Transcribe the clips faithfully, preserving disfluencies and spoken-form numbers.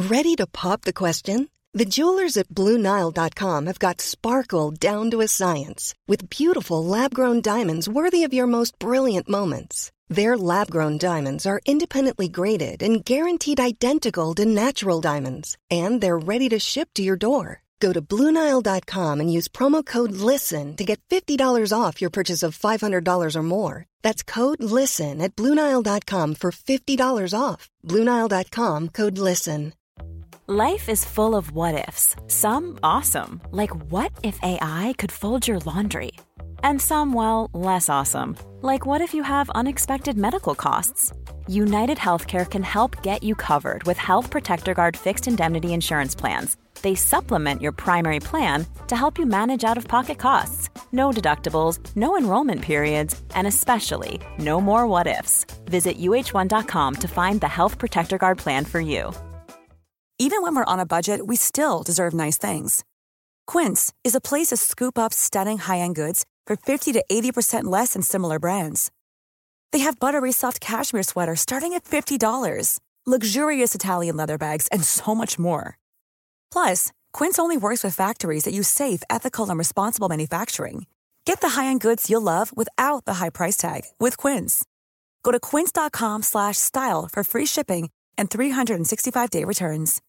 Ready to pop the question? The jewelers at Blue Nile dot com have got sparkle down to a science with beautiful lab-grown diamonds worthy of your most brilliant moments. Their lab-grown diamonds are independently graded and guaranteed identical to natural diamonds, and they're ready to ship to your door. Go to Blue Nile dot com and use promo code LISTEN to get fifty dollars off your purchase of five hundred dollars or more. That's code LISTEN at Blue Nile dot com for fifty dollars off. Blue Nile dot com, code LISTEN. Life is full of what-ifs. Some awesome, like what if A I could fold your laundry? And some, well, less awesome, like what if you have unexpected medical costs? United Healthcare can help get you covered with Health Protector Guard fixed indemnity insurance plans. They supplement your primary plan to help you manage out-of-pocket costs. No deductibles, no enrollment periods, and especially no more what-ifs. Visit U H one dot com to find the Health Protector Guard plan for you. Even when we're on a budget, we still deserve nice things. Quince is a place to scoop up stunning high-end goods for fifty to eighty percent less than similar brands. They have buttery soft cashmere sweaters starting at fifty dollars, luxurious Italian leather bags, and so much more. Plus, Quince only works with factories that use safe, ethical, and responsible manufacturing. Get the high-end goods you'll love without the high price tag with Quince. Go to quince dot com slash style for free shipping and three sixty-five day returns.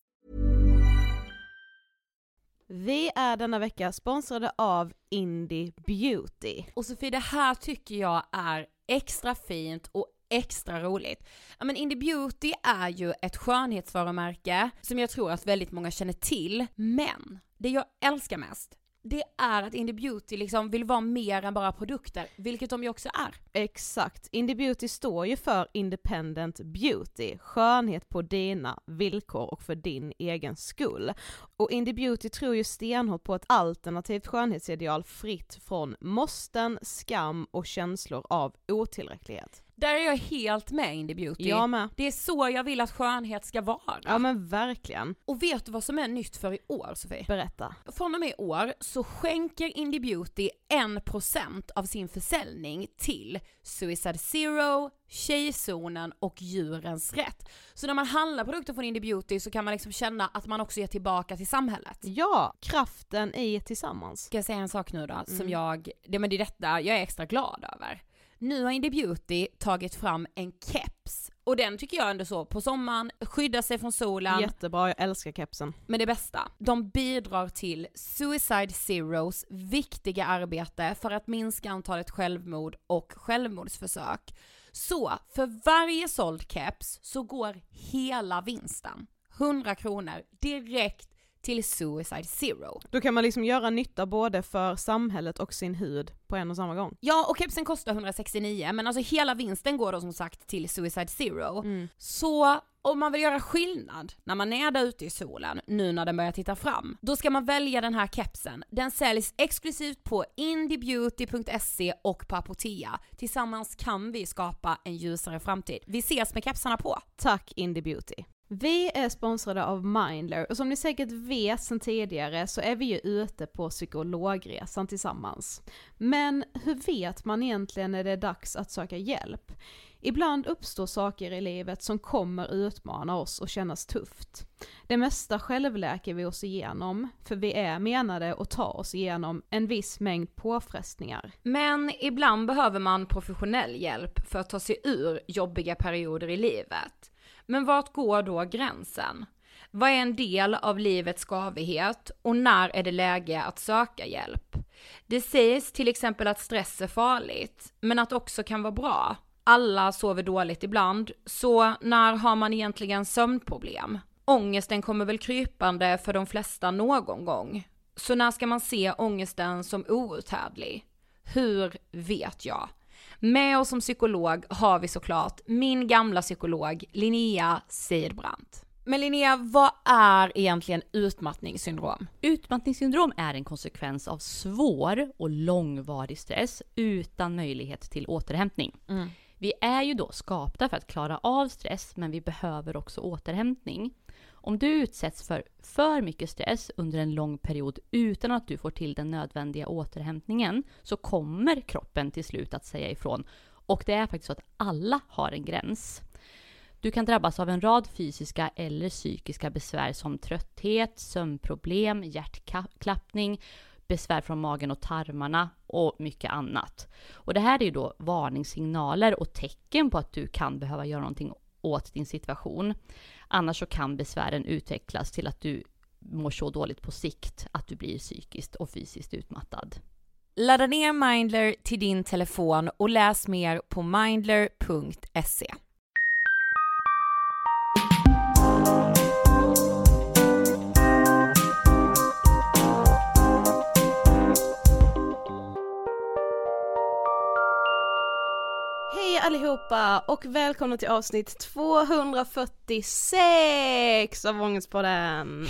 Vi är denna vecka sponsrade av Indie Beauty. Och Sofie, det här tycker jag är extra fint och extra roligt. Ja, men Indie Beauty är ju ett skönhetsvarumärke som jag tror att väldigt många känner till. Men det jag älskar mest, det är att Indie Beauty liksom vill vara mer än bara produkter, vilket de ju också är. Exakt. Indie Beauty står ju för Independent Beauty, skönhet på dina villkor och för din egen skull. Och Indie Beauty tror ju stenhårt på ett alternativt skönhetsideal fritt från måsten, skam och känslor av otillräcklighet. Där är jag helt med Indie Beauty. Jag med. Det är så jag vill att skönhet ska vara. Ja men verkligen. Och vet du vad som är nytt för i år, Sofie? Berätta. Från och med i år så skänker Indie Beauty en procent av sin försäljning till Suicide Zero, Tjejzonen och Djurens Rätt. Så när man handlar produkter från Indie Beauty så kan man liksom känna att man också ger tillbaka till samhället. Ja, kraften i tillsammans. Ska jag säga en sak nu då? Mm. Som jag, det, men det är detta jag är extra glad över. Nu har Indie Beauty tagit fram en keps. Och den tycker jag ändå så på sommaren, skydda sig från solen. Jättebra, jag älskar kepsen. Men det bästa, de bidrar till Suicide Zeros viktiga arbete för att minska antalet självmord och självmordsförsök. Så för varje såld keps så går hela vinsten, hundra kronor, direkt till Suicide Zero. Då kan man liksom göra nytta både för samhället och sin hud på en och samma gång. Ja, och kepsen kostar hundrasextionio, men alltså hela vinsten går då som sagt till Suicide Zero. Mm. Så om man vill göra skillnad när man är där ute i solen, nu när den börjar titta fram, då ska man välja den här kepsen. Den säljs exklusivt på indiebeauty punkt se och på Apotea. Tillsammans kan vi skapa en ljusare framtid. Vi ses med kepsarna på. Tack Indie Beauty. Vi är sponsrade av Mindler och som ni säkert vet sedan tidigare så är vi ju ute på psykologresan tillsammans. Men hur vet man egentligen när det är dags att söka hjälp? Ibland uppstår saker i livet som kommer utmana oss och kännas tufft. Det mesta självläker vi oss igenom, för vi är menade att ta oss igenom en viss mängd påfrestningar. Men ibland behöver man professionell hjälp för att ta sig ur jobbiga perioder i livet. Men vart går då gränsen? Vad är en del av livets skavighet och när är det läge att söka hjälp? Det sägs till exempel att stress är farligt, men att också kan vara bra. Alla sover dåligt ibland, så när har man egentligen sömnproblem? Ångesten kommer väl krypande för de flesta någon gång. Så när ska man se ångesten som outhärdlig? Hur vet jag? Med oss som psykolog har vi såklart min gamla psykolog Linnea Seidbrant. Men Linnea, vad är egentligen utmattningssyndrom? Utmattningssyndrom är en konsekvens av svår och långvarig stress utan möjlighet till återhämtning. Mm. Vi är ju då skapta för att klara av stress, men vi behöver också återhämtning. Om du utsätts för för mycket stress under en lång period utan att du får till den nödvändiga återhämtningen, så kommer kroppen till slut att säga ifrån. Och det är faktiskt så att alla har en gräns. Du kan drabbas av en rad fysiska eller psykiska besvär som trötthet, sömnproblem, hjärtklappning, besvär från magen och tarmarna och mycket annat. Och det här är ju då varningssignaler och tecken på att du kan behöva göra någonting åt din situation. Annars så kan besvären utvecklas till att du mår så dåligt på sikt att du blir psykiskt och fysiskt utmattad. Ladda ner Mindler till din telefon och läs mer på mindler punkt se. Hej allihopa och välkomna till avsnitt tvåhundrafyrtiosex av Ångestpodden.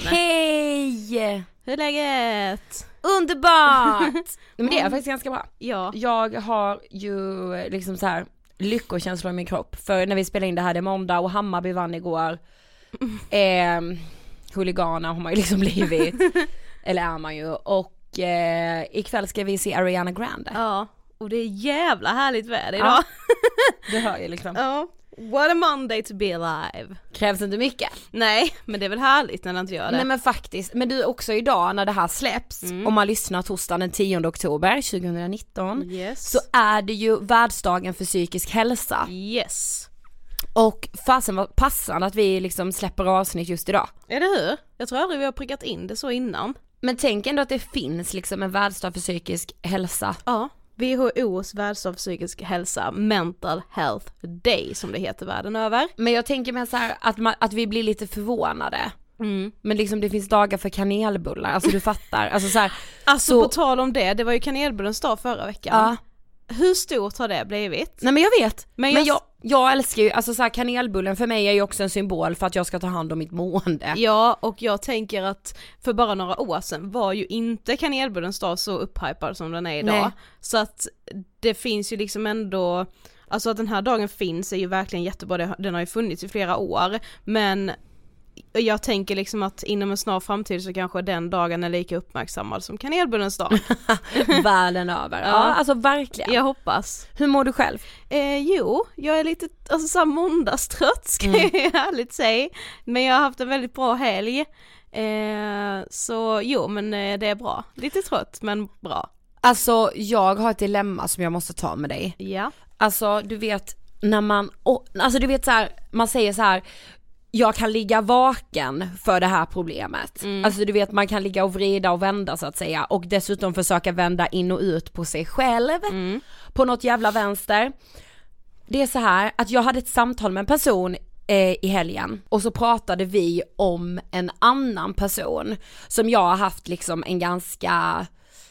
Hej! Hur är läget? Underbart! Men det är faktiskt ganska bra. Ja. Jag har ju liksom så här lyckokänslor i min kropp. För när vi spelade in det här, det är måndag och Hammarby vann igår. eh, Huliganer har man ju liksom blivit. Eller är man ju. Och eh, ikväll ska vi se Ariana Grande. Ja, och det är jävla härligt väder idag. Ja. Du hör ju liksom. Ja. What a Monday to be alive. Krävs inte mycket. Nej, men det är väl härligt när det inte gör det. Nej men faktiskt, men du också idag när det här släpps, mm. om man lyssnar torsdagen den tionde oktober tjugonitton, yes. så är det ju världsdagen för psykisk hälsa. Yes. Och fasen var passande att vi liksom släpper avsnitt just idag. Är det hur? Jag tror aldrig vi har prickat in det så innan. Men tänk ändå att det finns liksom en världsdag för psykisk hälsa. Ja. W H O:s världsdag för psykisk hälsa, Mental Health Day som det heter världen över. Men jag tänker mig så här att, man, att vi blir lite förvånade. Mm. Men liksom det finns dagar för kanelbullar, alltså du fattar. Alltså, så här, alltså så... på tal om det, det var ju kanelbullens dag förra veckan. Ja. Hur stort har det blivit? Nej men jag vet, men, men jag... jag, jag älskar ju, alltså så här, kanelbullen för mig är ju också en symbol för att jag ska ta hand om mitt mående. Ja, och jag tänker att för bara några år sedan var ju inte kanelbullens dag så upphypad som den är idag. Nej. Så att det finns ju liksom ändå, alltså att den här dagen finns är ju verkligen jättebra, den har ju funnits i flera år, men jag tänker liksom att inom en snar framtid så kanske den dagen är lika uppmärksammad som kanelbullens dag. Världen över. Ja. ja, alltså verkligen. Jag hoppas. Hur mår du själv? Eh, jo, jag är lite alltså, så här måndagstrött ska mm. jag ärligt säga. Men jag har haft en väldigt bra helg. Eh, så jo, men eh, det är bra. Lite trött, men bra. Alltså, jag har ett dilemma som jag måste ta med dig. Ja. Alltså, du vet, när man, oh, alltså du vet så här, man säger så här, jag kan ligga vaken för det här problemet. Mm. Alltså du vet, man kan ligga och vrida och vända så att säga. Och dessutom försöka vända in och ut på sig själv. Mm. På något jävla vänster. Det är så här att jag hade ett samtal med en person eh, i helgen. Och så pratade vi om en annan person som jag har haft liksom en ganska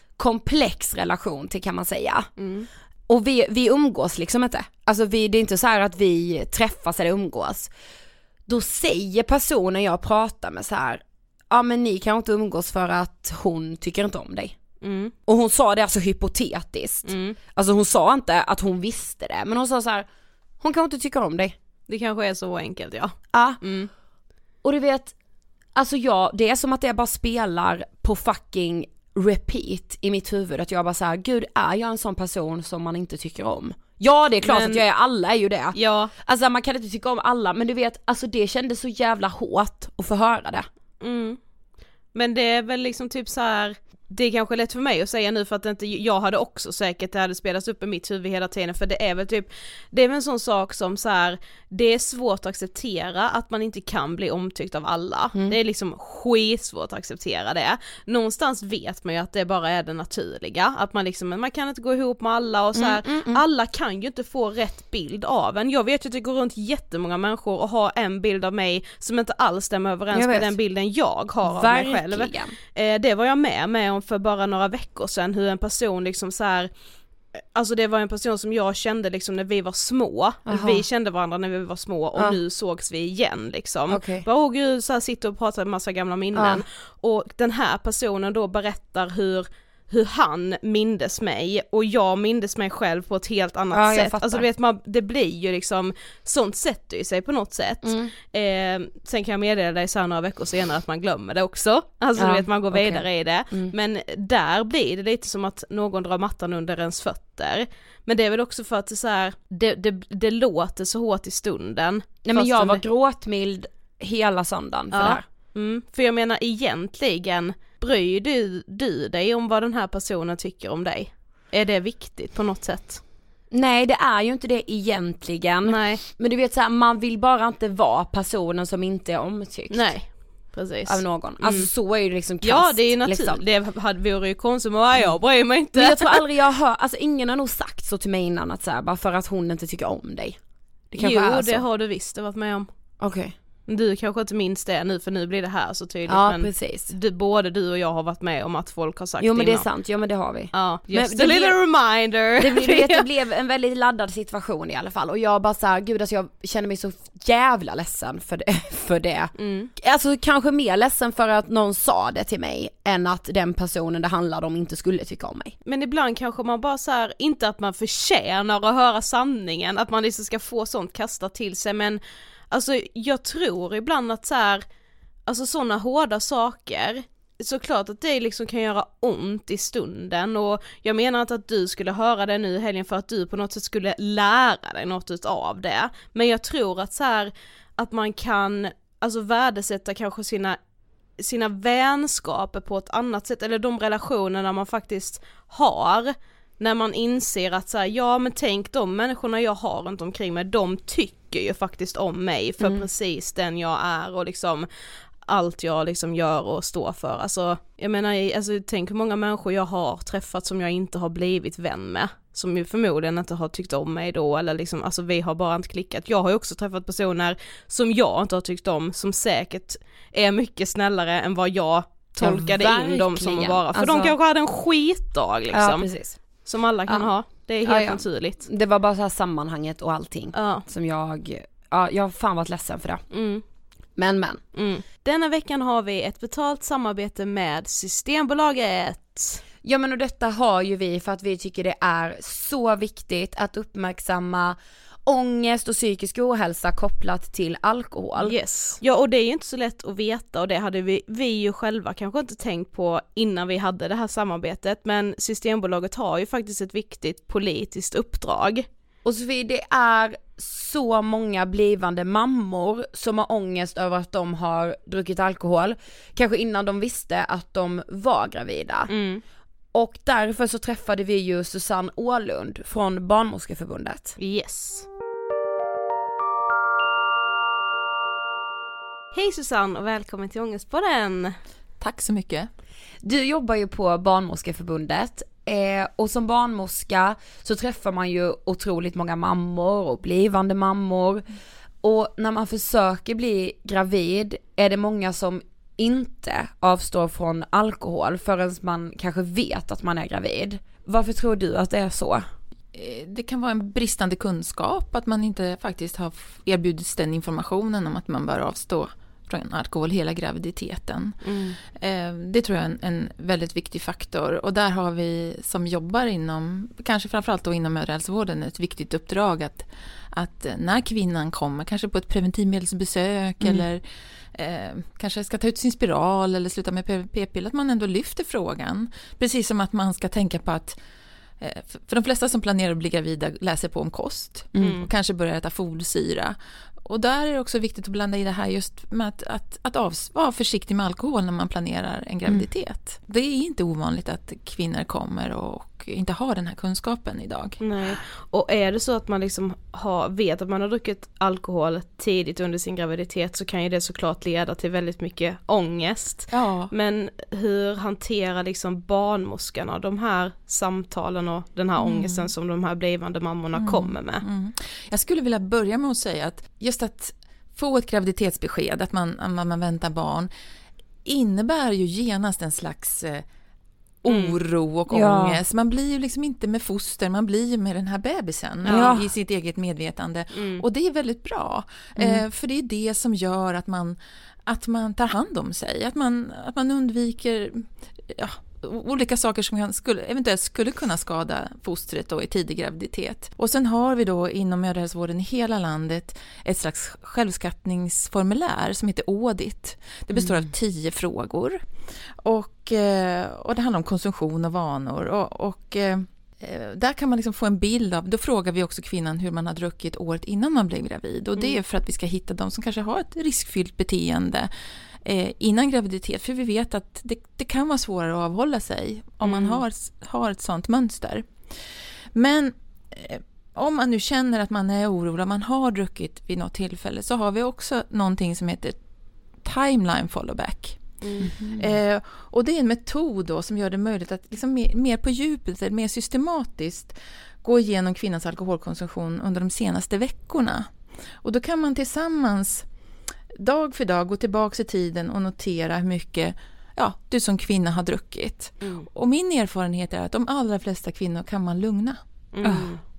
komplex relation till, kan man säga. Mm. Och vi, vi umgås liksom inte. Alltså vi, det är inte så här att vi träffas eller umgås. Då säger personen jag pratar med så här: ja men ni kan inte umgås för att hon tycker inte om dig. Mm. Och hon sa det alltså hypotetiskt. Mm. Alltså hon sa inte att hon visste det, men hon sa så här: hon kan inte tycka om dig. Det kanske är så enkelt, ja. Ja. Mm. Och du vet, alltså jag, det är som att det bara spelar på fucking repeat i mitt huvud, att jag bara så här: gud, är jag en sån person som man inte tycker om? Ja, det är klart men, att jag är, alla är ju det. Ja. Alltså man kan inte tycka om alla, men du vet, alltså det kändes så jävla hårt att få höra det. Mm. Men det är väl liksom typ så här, det är kanske lätt för mig att säga nu för att inte, jag hade också säkert det hade spelats upp i mitt huvud hela tiden, för det är väl typ, det är väl en sån sak som så här, det är svårt att acceptera att man inte kan bli omtyckt av alla. Mm. Det är liksom skitsvårt att acceptera det. Någonstans vet man ju att det bara är det naturliga, att man liksom, man kan inte gå ihop med alla och så här, mm, mm, mm. alla kan ju inte få rätt bild av en. Jag vet ju att det går runt jättemånga människor och har en bild av mig som inte alls stämmer överens med den bilden jag har av verkligen. Mig själv. Eh, det var jag med med om för bara några veckor sedan, hur en person liksom så här, alltså det var en person som jag kände liksom när vi var små. Aha. Vi kände varandra när vi var små och ah. nu sågs vi igen liksom. Okay. Bara åh gud, så här sitter och pratar en massa gamla minnen. Ah. Och den här personen då berättar hur hur han mindes mig och jag mindes mig själv på ett helt annat ja, sätt. Alltså du vet, man, det blir ju liksom, sånt sätter ju sig på något sätt. Mm. Eh, sen kan jag meddela dig så här några veckor senare att man glömmer det också. Alltså ja, du vet, man går vidare okay. i det. Mm. Men där blir det lite som att någon drar mattan under ens fötter. Men det är väl också för att det, så här, det, det, det låter så hårt i stunden. Nej men jag var det... gråtmild hela söndagen för ja. det här. Mm, för jag menar egentligen, bryr du, du dig om vad den här personen tycker om dig? Är det viktigt på något sätt? Nej, det är ju inte det egentligen. Nej. Men du vet så här, man vill bara inte vara personen som inte är omtyckt. Nej, precis. Av någon. Alltså mm. så är ju liksom kast. Ja, det är ju naturligt. Liksom. Det hade vore ju konstigt med vad jag bryr mig inte. Men jag tror aldrig jag hör, alltså ingen har nog sagt så till mig innan att så här, bara för att hon inte tycker om dig. Det jo, är så. Det har du visst varit med om. Okej. Okay. Du kanske inte minns det nu för nu blir det här så tydligt. Ja, men precis. Du, både du och jag har varit med om att folk har sagt jo men det innan. är sant, jo men det har vi. Ja, just men, a little blev, reminder. Det, blev, det blev en väldigt laddad situation i alla fall. Och jag bara såhär, gud alltså jag känner mig så jävla ledsen för det. För det. Mm. Alltså kanske mer ledsen för att någon sa det till mig än att den personen det handlade om inte skulle tycka om mig. Men ibland kanske man bara så här, inte att man förtjänar att höra sanningen, att man liksom ska få sånt kastat till sig, men alltså jag tror ibland att så här, alltså sådana hårda saker, såklart att det liksom kan göra ont i stunden, och jag menar inte att du skulle höra det nu i helgen för att du på något sätt skulle lära dig något utav det, men jag tror att så här, att man kan alltså värdesätta kanske sina sina vänskaper på ett annat sätt, eller de relationerna man faktiskt har, när man inser att så här, ja men tänk de människorna jag har runt omkring mig, de tycker ju faktiskt om mig för mm. precis den jag är och liksom allt jag liksom gör och står för. Alltså jag menar, alltså, tänk hur många människor jag har träffat som jag inte har blivit vän med, som ju förmodligen inte har tyckt om mig då, eller liksom, alltså vi har bara inte klickat. Jag har ju också träffat personer som jag inte har tyckt om, som säkert är mycket snällare än vad jag tolkade ja, in dem som att vara. För alltså, de kanske hade en skitdag liksom. Ja, precis. Som alla kan ja. ha. Det är helt ja, ja. naturligt. Det var bara så här sammanhanget och allting ja. som jag, ja jag har fan varit ledsen för det. Mm. Men men. Mm. Denna veckan har vi ett betalt samarbete med Systembolaget. Ja men och detta har ju vi för att vi tycker det är så viktigt att uppmärksamma ångest och psykisk ohälsa kopplat till alkohol. Yes. Ja, och det är ju inte så lätt att veta, och det hade vi, vi ju själva kanske inte tänkt på innan vi hade det här samarbetet, men Systembolaget har ju faktiskt ett viktigt politiskt uppdrag. Och Sofie, det är så många blivande mammor som har ångest över att de har druckit alkohol, kanske innan de visste att de var gravida. Mm. Och därför så träffade vi ju Susanne Åhlund från Barnmorskeförbundet. Yes. Hej Susanne och välkommen till Ångestpodden. Tack så mycket. Du jobbar ju på Barnmorskeförbundet eh, och som barnmorska så träffar man ju otroligt många mammor och blivande mammor. Och när man försöker bli gravid är det många som inte avstår från alkohol förrän man kanske vet att man är gravid. Varför tror du att det är så? Det kan vara en bristande kunskap, att man inte faktiskt har erbjudits den informationen om att man bör avstå från alkohol hela graviditeten. Mm. Det tror jag är en, en väldigt viktig faktor, och där har vi som jobbar inom, kanske framförallt då inom mödrahälsovården, ett viktigt uppdrag att, att när kvinnan kommer, kanske på ett preventivmedelsbesök mm. eller eh, kanske ska ta ut sin spiral eller sluta med p-piller, att man ändå lyfter frågan. Precis som att man ska tänka på att eh, för de flesta som planerar att bli gravida läser på om kost mm. och kanske börjar äta folsyra. Och där är det också viktigt att blanda i det här just med att, att, att av, vara försiktig med alkohol när man planerar en graviditet. Mm. Det är inte ovanligt att kvinnor kommer och inte har den här kunskapen idag. Nej. Och är det så att man liksom har, vet att man har druckit alkohol tidigt under sin graviditet, så kan ju det såklart leda till väldigt mycket ångest. Ja. Men hur hanterar liksom barnmorskarna de här samtalen och den här mm. ångesten som de här blivande mammorna mm. kommer med? Mm. Jag skulle vilja börja med att säga att just att få ett graviditetsbesked, att man, att man väntar barn, innebär ju genast en slags eh, oro och mm. ångest. Man blir ju liksom inte med foster, man blir ju med den här bebisen ja. i sitt eget medvetande. Mm. Och det är väldigt bra. Mm. Eh, för det är det som gör att man, att man tar hand om sig. Att man, att man undviker ja, olika saker som kan, skulle, eventuellt skulle kunna skada fostret då i tidig graviditet. Och sen har vi då inom mödrahälsovården i hela landet ett slags självskattningsformulär som heter Audit. Det består mm. av tio frågor och, och det handlar om konsumtion och vanor och, och där kan man liksom få en bild av, då frågar vi också kvinnan hur man har druckit året innan man blev gravid och det är för att vi ska hitta de som kanske har ett riskfyllt beteende eh, innan graviditet, för vi vet att det, det kan vara svårare att avhålla sig om mm. man har, har ett sånt mönster. Men eh, om man nu känner att man är orolig och man har druckit vid något tillfälle så har vi också någonting som heter timeline followback. Mm. Eh, och det är en metod då som gör det möjligt att liksom mer, mer på djupet, mer systematiskt gå igenom kvinnans alkoholkonsumtion under de senaste veckorna. Och då kan man tillsammans dag för dag gå tillbaka i tiden och notera hur mycket ja, du som kvinna har druckit. Mm. Och min erfarenhet är att de allra flesta kvinnor kan man lugna. Mm.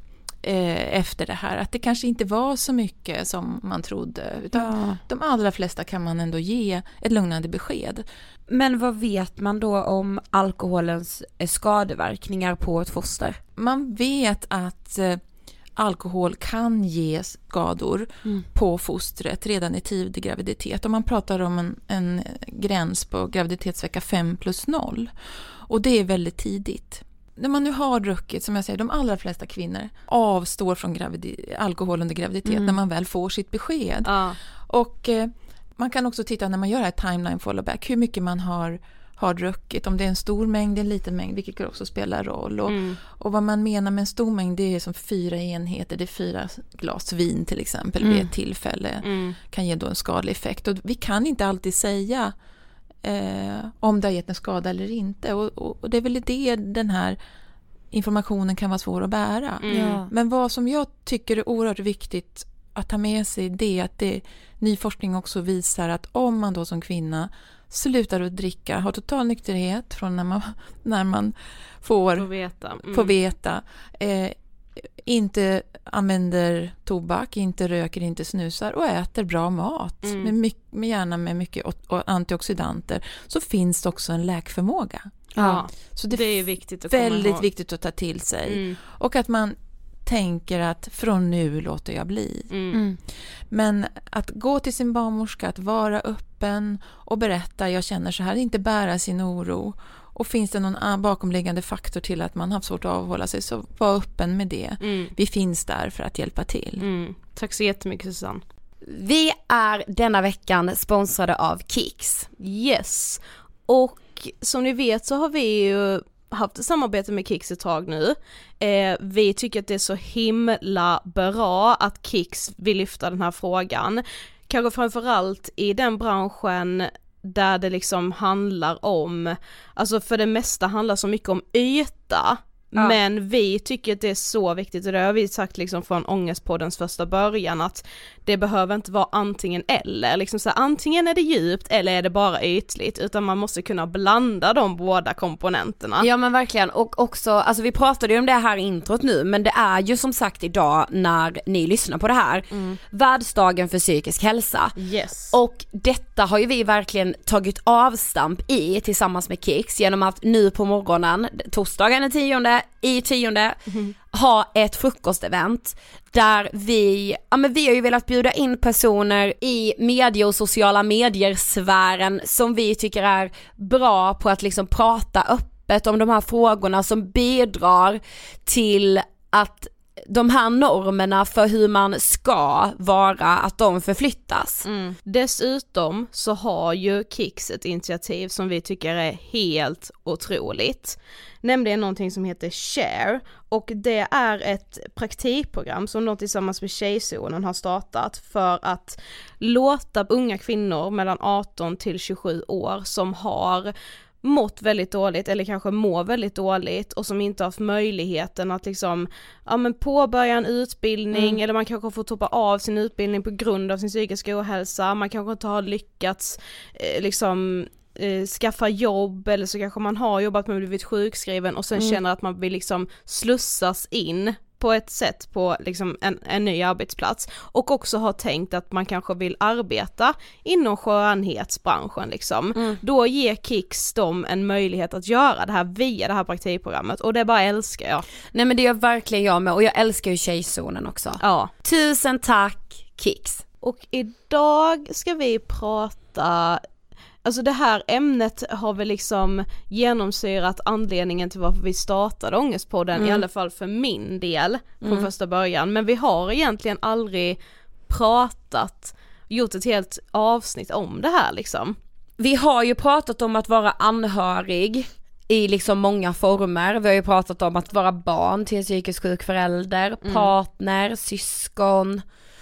Eh, efter det här. Att det kanske inte var så mycket som man trodde. Utan ja. De allra flesta kan man ändå ge ett lugnande besked. Men vad vet man då om alkoholens skadeverkningar på ett foster? Man vet att eh, alkohol kan ge skador mm. på fostret redan i tidig graviditet. Och man pratar om en, en gräns på graviditetsvecka fem plus noll. Och det är väldigt tidigt. När man nu har druckit, som jag säger, de allra flesta kvinnor avstår från gravidi- alkohol under graviditet mm. när man väl får sitt besked. Ja. Och eh, man kan också titta när man gör det här timeline followback, hur mycket man har, har druckit. Om det är en stor mängd, en liten mängd, vilket också spelar roll. Och, mm. och vad man menar med en stor mängd, det är som fyra enheter, det är fyra glas vin till exempel mm. vid ett tillfälle. Mm. Kan ge då en skadlig effekt. Och vi kan inte alltid säga Eh, om det har gett en skada eller inte och, och, och det är väl det den här informationen kan vara svår att bära mm. men vad som jag tycker är oerhört viktigt att ta med sig, det är att det, ny forskning också visar att om man då som kvinna slutar att dricka, har total nykterhet från när man, när man får, får veta, mm. får veta eh, inte använder tobak, inte röker, inte snusar och äter bra mat mm. med, mycket, med gärna med mycket antioxidanter, så finns det också en läkförmåga. Ja, så det, det är viktigt att väldigt komma viktigt att ta till sig. Mm. Och att man tänker att från nu låter jag bli. Mm. Mm. Men att gå till sin barnmorska, att vara öppen och berätta, jag känner så här, inte bära sin oro. Och finns det någon bakomliggande faktor till att man har svårt att avhålla sig, så var öppen med det. Mm. Vi finns där för att hjälpa till. Mm. Tack så jättemycket, Susanne. Vi är denna veckan sponsrade av Kicks. Yes. Och som ni vet så har vi ju haft ett samarbete med Kicks ett tag nu. Eh, vi tycker att det är så himla bra att Kicks vill lyfta den här frågan. Kanske framförallt i den branschen där det liksom handlar om, alltså för det mesta handlar så mycket om yta. Ja. Men vi tycker att det är så viktigt, och det har vi sagt liksom från Ångestpoddens första början, att det behöver inte vara antingen eller. Liksom så här, antingen är det djupt eller är det bara ytligt, utan man måste kunna blanda de båda komponenterna. Ja men verkligen, och också, alltså vi pratade ju om det här introt nu, men det är ju som sagt idag när ni lyssnar på det här, mm. världsdagen för psykisk hälsa. Yes. Och detta har ju vi verkligen tagit avstamp i tillsammans med Kicks genom att nu på morgonen, torsdagen den tionde, i tionde mm. ha ett frukostevent där vi, ja men vi har ju velat bjuda in personer i medie- och sociala medier-sfären som vi tycker är bra på att liksom prata öppet om de här frågorna, som bidrar till att de här normerna för hur man ska vara, att de förflyttas. Mm. Dessutom så har ju Kicks ett initiativ som vi tycker är helt otroligt. Nämligen någonting som heter Share, och det är ett praktikprogram som de tillsammans med Tjejzonen har startat för att låta unga kvinnor mellan arton till tjugosju år som har mått väldigt dåligt eller kanske mår väldigt dåligt och som inte har haft möjligheten att liksom, ja, men påbörja en utbildning mm. eller man kanske får toppa av sin utbildning på grund av sin psykiska ohälsa, man kanske inte har lyckats eh, liksom eh, skaffa jobb, eller så kanske man har jobbat men blivit sjukskriven och sen mm. känner att man vill liksom slussas in på ett sätt på liksom en, en ny arbetsplats och också har tänkt att man kanske vill arbeta inom skönhetsbranschen liksom, mm. då ger Kicks dem en möjlighet att göra det här via det här praktikprogrammet och det bara älskar jag. Nej men det gör verkligen jag med och jag älskar ju tjejzonen också. Ja. Tusen tack Kicks. Och idag ska vi prata, alltså det här ämnet har väl liksom genomsyrat anledningen till varför vi startade Ångestpodden, mm. i alla fall för min del från mm. första början. Men vi har egentligen aldrig pratat, gjort ett helt avsnitt om det här liksom. Vi har ju pratat om att vara anhörig i liksom många former. Vi har ju pratat om att vara barn till en psykiskt sjuk förälder, mm. partner, syskon.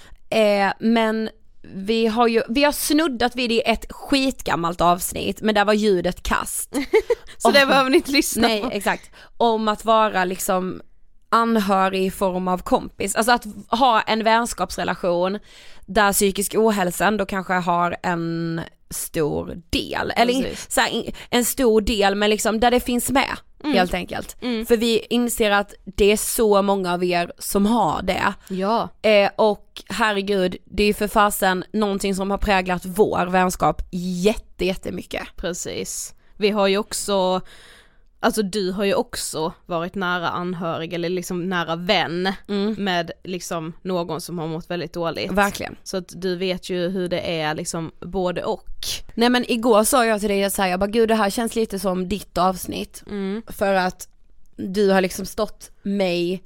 Eh, men vi har ju vi har snuddat vid det i ett skitgammalt avsnitt, men där var ljudet kast. Så det behöver ni inte lyssna nej, på. Nej, exakt. Om att vara liksom anhörig i form av kompis. Alltså att ha en vänskapsrelation där psykisk ohälsa då kanske har en stor del. Eller så här, en stor del, men liksom där det finns med. Mm. Helt enkelt. Mm. För vi inser att det är så många av er som har det. Ja. Eh, och herregud, det är för fasen någonting som har präglat vår vänskap jätte, jättemycket. Precis. Vi har ju också, alltså du har ju också varit nära anhörig eller liksom nära vän mm. med liksom någon som har mått väldigt dåligt. Verkligen. Så att du vet ju hur det är liksom både och. Nej men igår sa jag till dig så här, jag bara gud det här känns lite som ditt avsnitt. Mm. För att du har liksom stått mig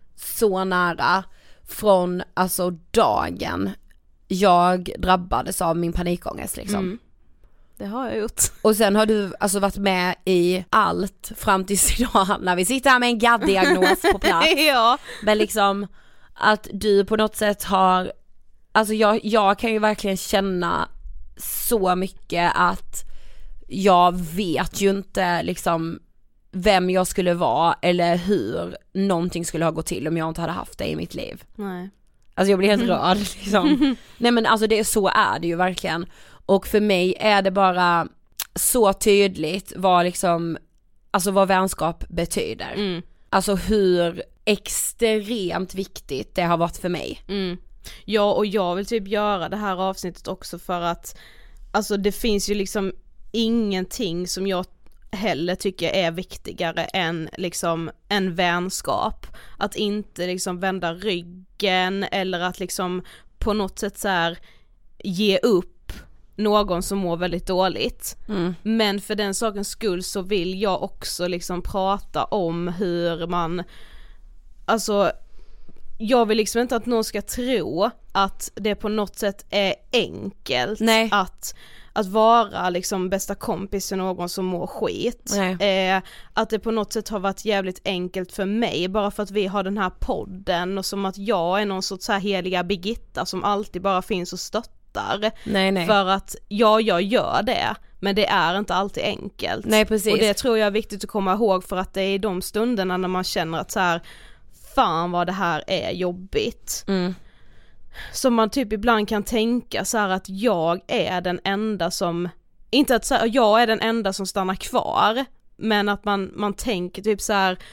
så nära från alltså dagen jag drabbades av min panikångest liksom. Mm. Det har jag gjort. Och sen har du alltså varit med i allt fram tills idag när vi sitter här med en G A D-diagnos på plats. Ja. Men liksom att du på något sätt har, alltså jag, jag kan ju verkligen känna så mycket att jag vet ju inte liksom vem jag skulle vara eller hur någonting skulle ha gått till om jag inte hade haft det i mitt liv. Nej. Alltså jag blir helt rörd liksom. Nej men alltså det, så är det ju verkligen. Och för mig är det bara så tydligt vad liksom, alltså vad vänskap betyder. Mm. Alltså hur extremt viktigt det har varit för mig. Mm. Ja, och jag vill typ göra det här avsnittet också för att alltså det finns ju liksom ingenting som jag heller tycker är viktigare än liksom en vänskap. Att inte liksom vända ryggen eller att liksom på något sätt så här ge upp någon som mår väldigt dåligt. Mm. Men för den sakens skull så vill jag också liksom prata om hur man, alltså jag vill liksom inte att någon ska tro att det på något sätt är enkelt. Nej. att att vara liksom bästa kompis för någon som mår skit. Eh, att det på något sätt har varit jävligt enkelt för mig bara för att vi har den här podden och som att jag är någon sorts så här heliga Birgitta som alltid bara finns och stöttar. Nej, nej. För att ja, jag gör det, men det är inte alltid enkelt. Nej, precis. Och det tror jag är viktigt att komma ihåg för att det är i de stunderna när man känner att så här, fan vad det här är jobbigt. Mm. Som man typ ibland kan tänka så här att jag är den enda som, inte att så här, jag är den enda som stannar kvar, men att man, man tänker typ så här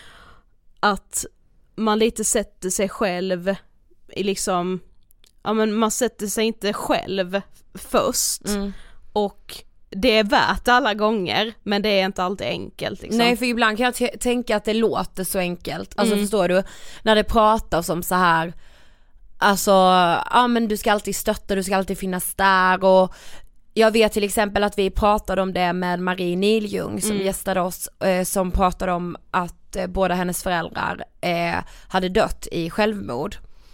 att man lite sätter sig själv i liksom, ja men man sätter sig inte själv först mm. och det är värt alla gånger, men det är inte alltid enkelt liksom. Nej, för ibland kan jag t- tänka att det låter så enkelt. Alltså mm. förstår du, när det pratas om så här, alltså, ja men du ska alltid stötta, du ska alltid finnas där. Och jag vet till exempel att vi pratade om det med Marie Niljung som mm. gästade oss, eh, som pratade om att eh, båda hennes föräldrar eh, hade dött i självmord.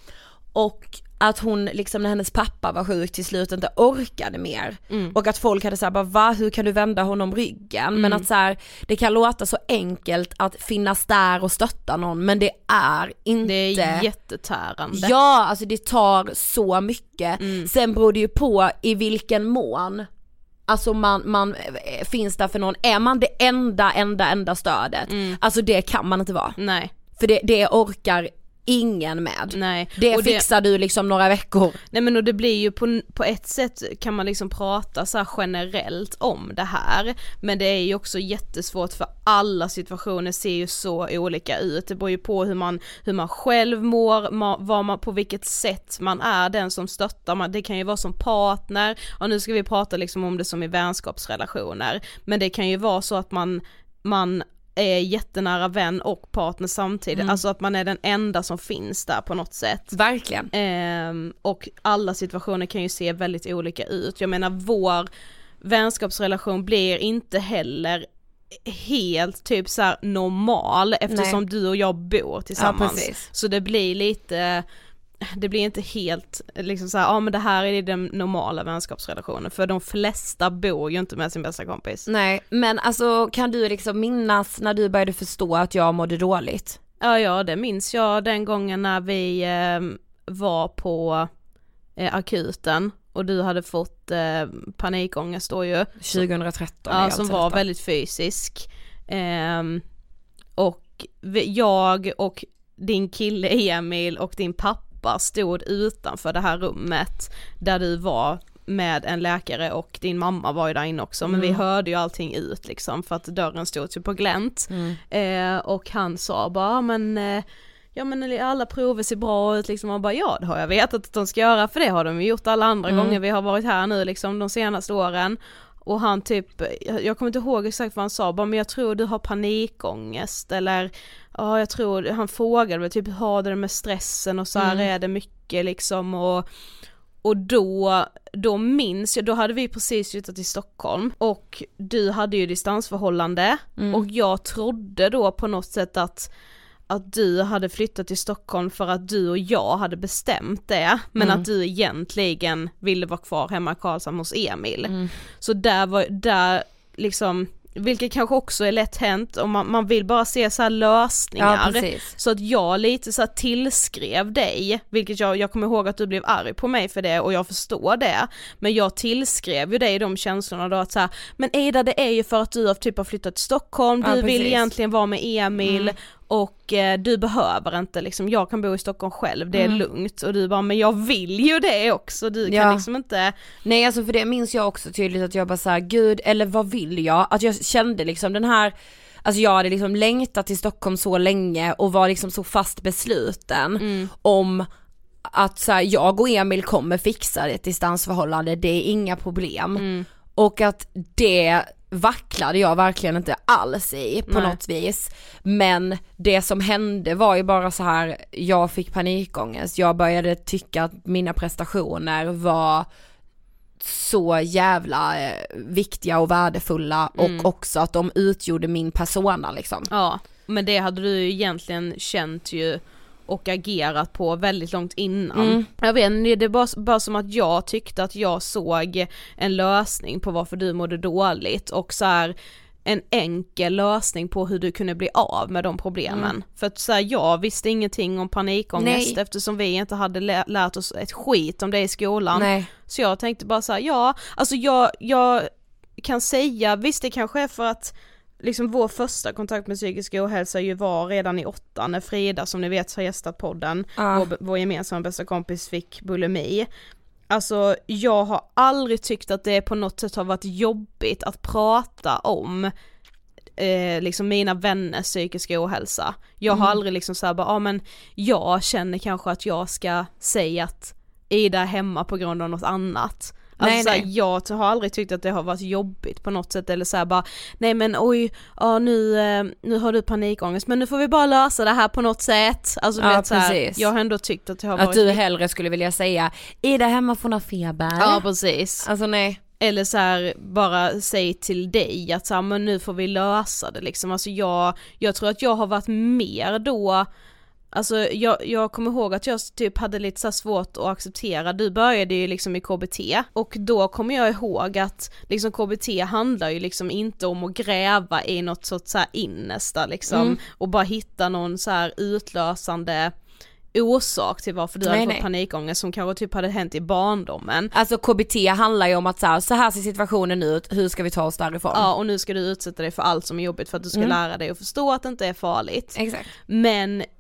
Och att hon liksom när hennes pappa var sjuk till slut inte orkade mer. Mm. Och att folk hade sagt bara, va, hur kan du vända honom ryggen? Mm. Men att så här, det kan låta så enkelt att finnas där och stötta någon, men det är inte. Det är jättetärande. Ja, alltså det tar så mycket. Mm. Sen beror det ju på i vilken mån alltså man, man finns där för någon. Är man det enda, enda, enda stödet? Mm. Alltså det kan man inte vara. Nej. För det, det orkar ingen med. Nej. Det och fixar det, du liksom några veckor. Nej men och det blir ju på, på ett sätt kan man liksom prata så här generellt om det här, men det är ju också jättesvårt för alla situationer ser ju så olika ut. Det beror ju på hur man, hur man själv mår, ma, vad man, på vilket sätt man är den som stöttar. Man, det kan ju vara som partner, och nu ska vi prata liksom om det som i vänskapsrelationer, men det kan ju vara så att man, man är jättenära vän och partner samtidigt, mm. alltså att man är den enda som finns där på något sätt. Verkligen. Ehm, och alla situationer kan ju se väldigt olika ut. Jag menar, vår vänskapsrelation blir inte heller helt typ så här normal eftersom Nej. du och jag bor tillsammans. Ja, så det blir lite, det blir inte helt liksom så här, ja men det här är den normala vänskapsrelationen, för de flesta bor ju inte med sin bästa kompis. Nej, men alltså kan du liksom minnas när du började förstå att jag mådde dåligt? Ja, ja, det minns jag den gången när vi eh, var på eh, akuten och du hade fått eh, panikångest då ju. tjugohundratretton. Ja, som var väldigt fysisk. Eh, och vi, jag och din kille Emil och din pappa stod utanför det här rummet där du var med en läkare, och din mamma var ju där inne också, men mm. vi hörde ju allting ut liksom för att dörren stod ju på glänt. Mm. Eh, och han sa bara, men eh, ja men alla prover ser bra ut liksom, och bara ja det har jag vetat att de ska göra, för det har de ju gjort alla andra mm. gånger vi har varit här nu liksom de senaste åren. Och han typ, jag kommer inte ihåg exakt vad han sa, bara men jag tror du har panikångest, eller ja jag tror, han frågade typ har du det med stressen och så här mm. är det mycket liksom, och och då, då minns jag, då hade vi precis flyttat till Stockholm och du hade ju distansförhållande mm. och jag trodde då på något sätt att att du hade flyttat till Stockholm för att du och jag hade bestämt det, men mm. att du egentligen ville vara kvar hemma i Karlshamn hos Emil. Mm. Så där var där liksom, vilket kanske också är lätt hänt om man, man vill bara se så här lösningar. Ja, så att jag lite så här tillskrev dig, vilket jag, jag kommer ihåg att du blev arg på mig för det och jag förstår det, men jag tillskrev ju dig de känslorna då att så här, men Ida, det är ju för att du har typ har flyttat till Stockholm, du ja, vill egentligen vara med Emil mm. och eh, du behöver inte liksom, jag kan bo i Stockholm själv, det är mm. lugnt, och du bara, men jag vill ju det också, du ja. kan liksom inte. Nej, alltså för det minns jag också tydligt att jag bara såhär, gud, eller vad vill jag? Att jag kände liksom den här, alltså jag hade liksom längtat till Stockholm så länge och var liksom så fast besluten mm. om att så här, jag och Emil kommer fixa ett distansförhållande, det är inga problem. Mm. Och att det vacklade jag verkligen inte alls i på Nej. något vis, men det som hände var ju bara så här, jag fick panikångest, jag började tycka att mina prestationer var så jävla eh, viktiga och värdefulla mm. och också att de utgjorde min persona liksom. Ja, men det hade du ju egentligen känt ju och agerat på väldigt långt innan. Mm. Jag vet inte, det är bara, bara som att jag tyckte att jag såg en lösning på varför du mådde dåligt, och så här en enkel lösning på hur du kunde bli av med de problemen. Mm. För att så här, jag visste ingenting om panikångest Nej. eftersom vi inte hade lä- lärt oss ett skit om det i skolan. Nej. Så jag tänkte bara så här, ja, alltså jag, jag kan säga, visst det kanske är för att liksom vår första kontakt med psykisk ohälsa ju var redan i åttan när Frida, som ni vet har gästat podden, ah. vår, vår gemensamma bästa kompis fick bulimi. Alltså jag har aldrig tyckt att det på något sätt har varit jobbigt att prata om eh, liksom mina vänners psykiska ohälsa. Jag mm. har aldrig liksom såhär bara, ja men jag känner kanske att jag ska säga att Ida är hemma på grund av något annat. Alltså nej, såhär, nej. Jag har aldrig tyckt att det har varit jobbigt på något sätt, eller såhär bara, nej men oj, ja, nu, nu har du panikångest, men nu får vi bara lösa det här på något sätt. Alltså ja, vet, såhär, jag har ändå tyckt att det har att varit... Att du hellre skulle vilja säga, Ida hemma får någon feber. Ja, precis. Alltså nej. Eller så här, bara säg till dig att så här, men nu får vi lösa det liksom. Alltså jag, jag tror att jag har varit mer då. Alltså jag, jag kommer ihåg att jag typ hade lite så svårt att acceptera, du började ju liksom i K B T, och då kommer jag ihåg att liksom K B T handlar ju liksom inte om att gräva i något sorts så här innersta liksom mm. och bara hitta någon så här utlösande orsak till varför du nej, hade fått nej. panikångest som kanske typ hade hänt i barndomen. Alltså K B T handlar ju om att så här, så här ser situationen ut, hur ska vi ta oss därifrån? Ja, och nu ska du utsätta dig för allt som är jobbigt för att du ska mm. lära dig att förstå att det inte är farligt. Exakt. Men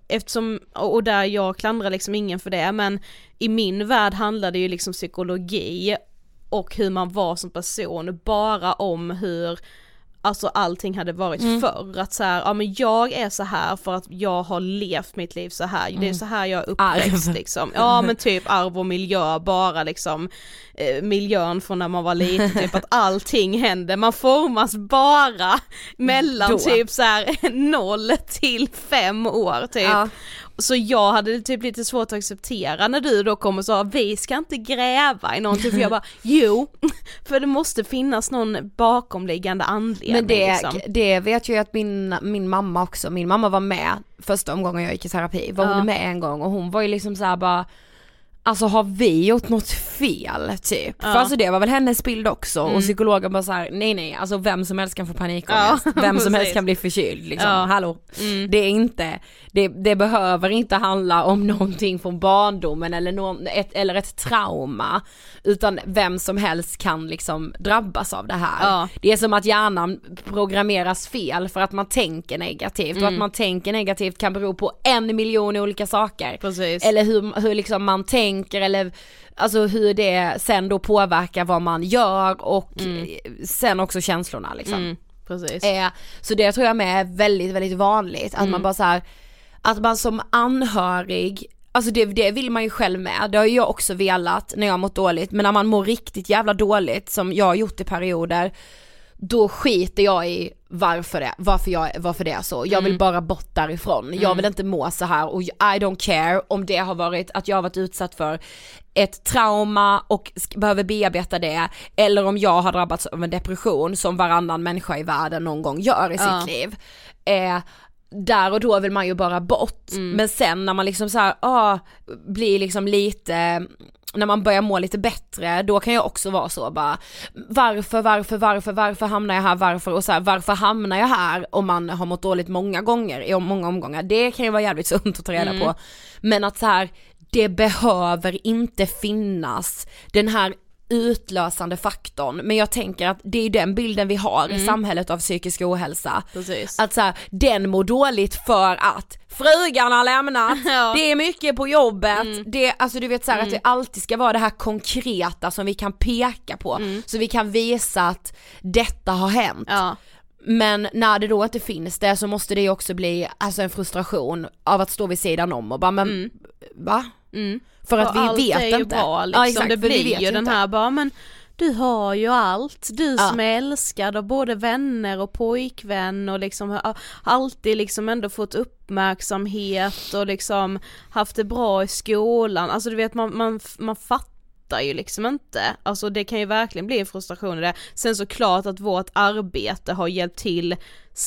eftersom, och där jag klandrar liksom ingen för det, men i min värld handlar det ju liksom psykologi och hur man var som person bara om hur alltså allting hade varit mm. förr, att så här, ja men jag är så här för att jag har levt mitt liv så här, mm. det är så här jag är uppväxt liksom, ja men typ arv och miljö, bara liksom eh, miljön från när man var liten, typ att allting händer, man formas bara mellan Då. typ så här noll till fem år typ. Ja. Så jag hade typ lite svårt att acceptera när du då kom och sa vi ska inte gräva i någonting, för jag bara jo, för det måste finnas någon bakomliggande anledning. Men det, liksom. det vet jag ju att min, min mamma också, min mamma var med första omgången jag gick i terapi, var ja. hon med en gång och hon var ju liksom såhär bara, alltså har vi gjort något fel typ? Ja. För alltså det var väl hennes bild också mm. och psykologen bara såhär, nej nej, alltså vem som helst kan få panikångest, ja, vem som helst kan bli förkyld liksom, ja. hallå mm. det är inte, det, det behöver inte handla om någonting från barndomen eller, någon, ett, eller ett trauma, utan vem som helst kan liksom drabbas av det här. Ja. Det är som att hjärnan programmeras fel för att man tänker negativt mm. och att man tänker negativt kan bero på en miljon olika saker. Precis. Eller hur, hur liksom man tänker, eller alltså hur det sen då påverkar vad man gör och mm. sen också känslorna liksom. Mm. Precis. Eh, så det tror jag med är väldigt, väldigt vanligt att mm. man bara så här, att man som anhörig, alltså det, det vill man ju själv med, det har ju jag också velat när jag har mått dåligt, men när man mår riktigt jävla dåligt som jag har gjort i perioder, då skiter jag i varför det, varför jag, varför det är så. Jag vill mm. bara bort därifrån. Mm. Jag vill inte må så här och I don't care om det har varit att jag har varit utsatt för ett trauma och behöver bearbeta det, eller om jag har drabbats av en depression som varannan människa i världen någon gång gör i ja. sitt liv. Eh, där och då vill man ju bara bort. Mm. Men sen när man liksom så här, ah, blir liksom lite, när man börjar må lite bättre, då kan jag också vara så bara, varför, varför, varför, varför hamnar jag här, varför, och så här, varför hamnar jag här om man har mått dåligt många gånger, i många omgångar, det kan ju vara jävligt sunt att ta reda mm. på, men att så här, det behöver inte finnas den här utlösande faktorn, men jag tänker att det är den bilden vi har mm. i samhället av psykisk ohälsa. Precis. Att så här, den mår dåligt för att frugan har lämnat, ja. det är mycket på jobbet, mm. det, alltså du vet så här, mm. att det alltid ska vara det här konkreta som vi kan peka på, mm. så vi kan visa att detta har hänt. Ja. Men när det då inte finns det, så måste det också bli alltså en frustration av att stå vid sidan om och bara, men mm. va? Mm. För att och vi allt vet är ju inte. bra, liksom. Ja, exakt, det blir ju den inte. här bara, men du har ju allt, du ja. som är älskad av både vänner och pojkvän och liksom har alltid liksom ändå fått uppmärksamhet och liksom haft det bra i skolan, alltså du vet man, man, man fattar ju liksom inte, alltså det kan ju verkligen bli en frustration i det. Sen så klart att vårt arbete har hjälpt till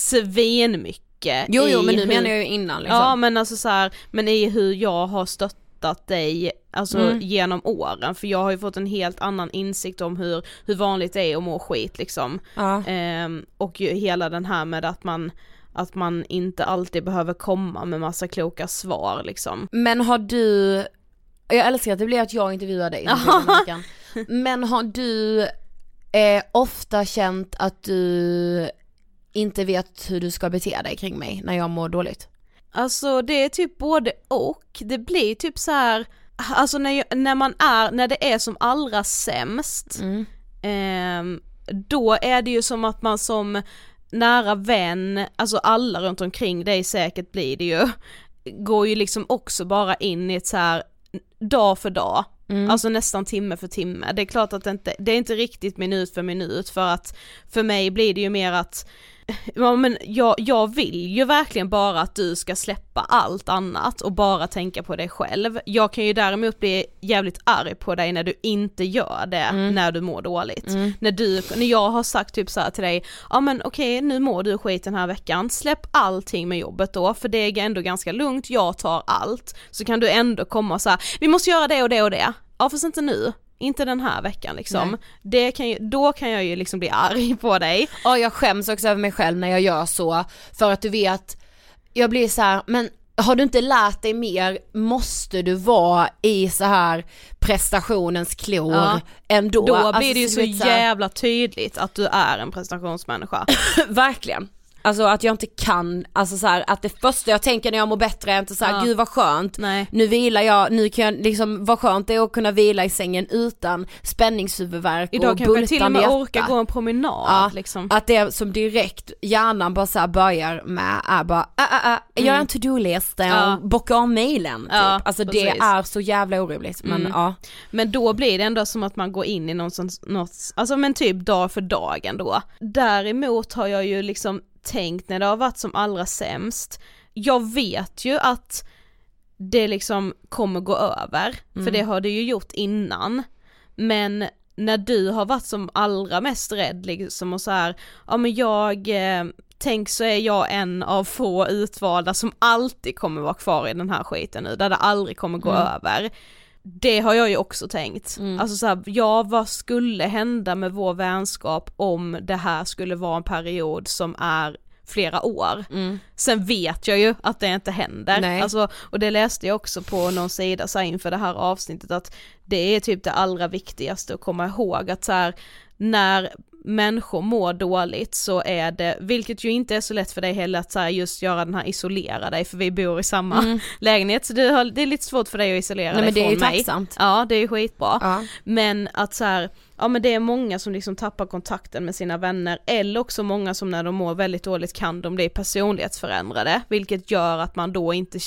svin mycket. Jo jo men nu hur, menar jag ju innan liksom. Ja men alltså så här, men i hur jag har stött dig alltså mm. genom åren, för jag har ju fått en helt annan insikt om hur, hur vanligt det är att må skit liksom. Ja. Ehm, och ju hela den här med att man att man inte alltid behöver komma med massa kloka svar liksom. Men har du, jag älskar att det blir att jag intervjuar dig men har du eh, ofta känt att du inte vet hur du ska bete dig kring mig när jag mår dåligt? Alltså det är typ både och, det blir typ så här, alltså när, jag, när man är, när det är som allra sämst mm. eh, då är det ju som att man som nära vän, alltså alla runt omkring dig säkert blir det ju, går ju liksom också bara in i ett så här dag för dag, mm. alltså nästan timme för timme. Det är klart att det inte, det är inte riktigt minut för minut, för att för mig blir det ju mer att ja, men jag, jag vill ju verkligen bara att du ska släppa allt annat och bara tänka på dig själv. Jag kan ju däremot bli jävligt arg på dig när du inte gör det mm. när du mår dåligt. Mm. När, du, när jag har sagt typ så här till dig, ja men okej, nu mår du skit den här veckan, släpp allting med jobbet då, för det är ändå ganska lugnt, jag tar allt. Så kan du ändå komma och så här, vi måste göra det och det och det. Ja fast inte nu. Inte den här veckan liksom. Det kan ju, då kan jag ju liksom bli arg på dig. Ja, jag skäms också över mig själv när jag gör så. För att du vet, jag blir så här, men har du inte lärt dig mer, måste du vara i så här prestationens klor ja. ändå. Då alltså, blir det ju så, så jävla tydligt att du är en prestationsmänniska. Verkligen. Alltså att jag inte kan, alltså så här, att det första jag tänker när jag mår bättre är inte så här, Ja. gud vad skönt. Nej. Nu vilar jag, nu kan jag liksom, vad skönt det är att kunna vila i sängen utan spänningshuvudvärk Idag och kan jag till och med bultande orka hjärta. gå en promenad Ja, liksom. Att det som direkt hjärnan bara så här börjar med är bara, äh, äh, äh, gör en to-do-lista och Ja. bocka av mailen typ. Ja, Alltså det precis. är så jävla orimligt, men Mm. ja. Men då blir det ändå som att man går in i någon sån, något, alltså men typ dag för dag ändå. Däremot har jag ju liksom tänkt när det har varit som allra sämst, jag vet ju att det liksom kommer gå över, Mm. för det har det ju gjort innan. Men när du har varit som allra mest rädd liksom och så här, ja men jag eh, tänk så är jag en av få utvalda som alltid kommer vara kvar i den här skiten nu, där det aldrig kommer gå Mm. över. Det har jag ju också tänkt. Mm. Alltså så här, ja, vad skulle hända med vår vänskap om det här skulle vara en period som är flera år. Mm. Sen vet jag ju att det inte händer. Nej. Alltså, och det läste jag också på någon sida så här, inför det här avsnittet, att det är typ det allra viktigaste att komma ihåg, att så här, när människor mår dåligt så är det, vilket ju inte är så lätt för dig heller att så här, just göra den här isolera dig, för vi bor i samma Mm. lägenhet, så det, har, det är lite svårt för dig att isolera Nej, dig men det är från ju mig. tacksamt. Ja, det är ju skitbra. Ja. Men att så här, ja men det är många som liksom tappar kontakten med sina vänner, eller också många som när de mår väldigt dåligt kan de bli personlighetsförändrade, vilket gör att man då inte.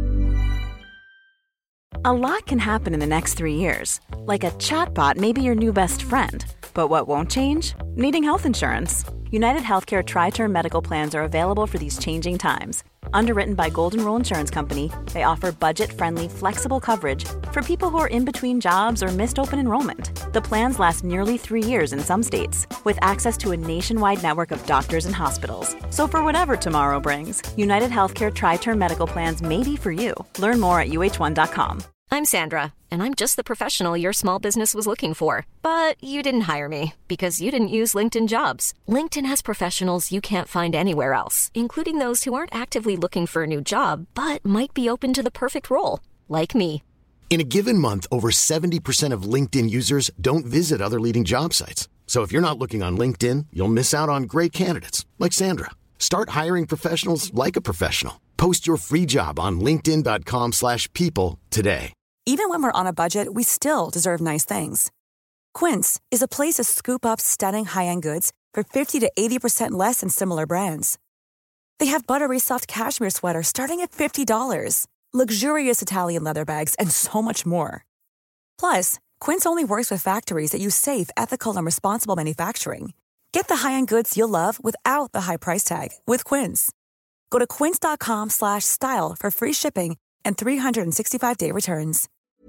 A lot can happen in the next three years. Like a chatbot may be your new best friend. But what won't change? Needing health insurance. United Healthcare Tri-Term Medical Plans are available for these changing times. Underwritten by Golden Rule Insurance Company, they offer budget-friendly, flexible coverage for people who are in between jobs or missed open enrollment. The plans last nearly three years in some states, with access to a nationwide network of doctors and hospitals. So for whatever tomorrow brings, United Healthcare Tri-Term Medical Plans may be for you. Learn more at U H one dot com. I'm Sandra, and I'm just the professional your small business was looking for. But you didn't hire me because you didn't use LinkedIn Jobs. LinkedIn has professionals you can't find anywhere else, including those who aren't actively looking for a new job, but might be open to the perfect role, like me. In a given month, over seventy percent of LinkedIn users don't visit other leading job sites. So if you're not looking on LinkedIn, you'll miss out on great candidates like Sandra. Start hiring professionals like a professional. Post your free job on linkedin dot com slash people today. Even when we're on a budget, we still deserve nice things. Quince is a place to scoop up stunning high-end goods for fifty to eighty percent less than similar brands. They have buttery soft cashmere sweaters starting at fifty dollars, luxurious Italian leather bags, and so much more. Plus, Quince only works with factories that use safe, ethical, and responsible manufacturing. Get the high-end goods you'll love without the high price tag with Quince. Go to quince dot com slash style for free shipping and three sixty-five day returns.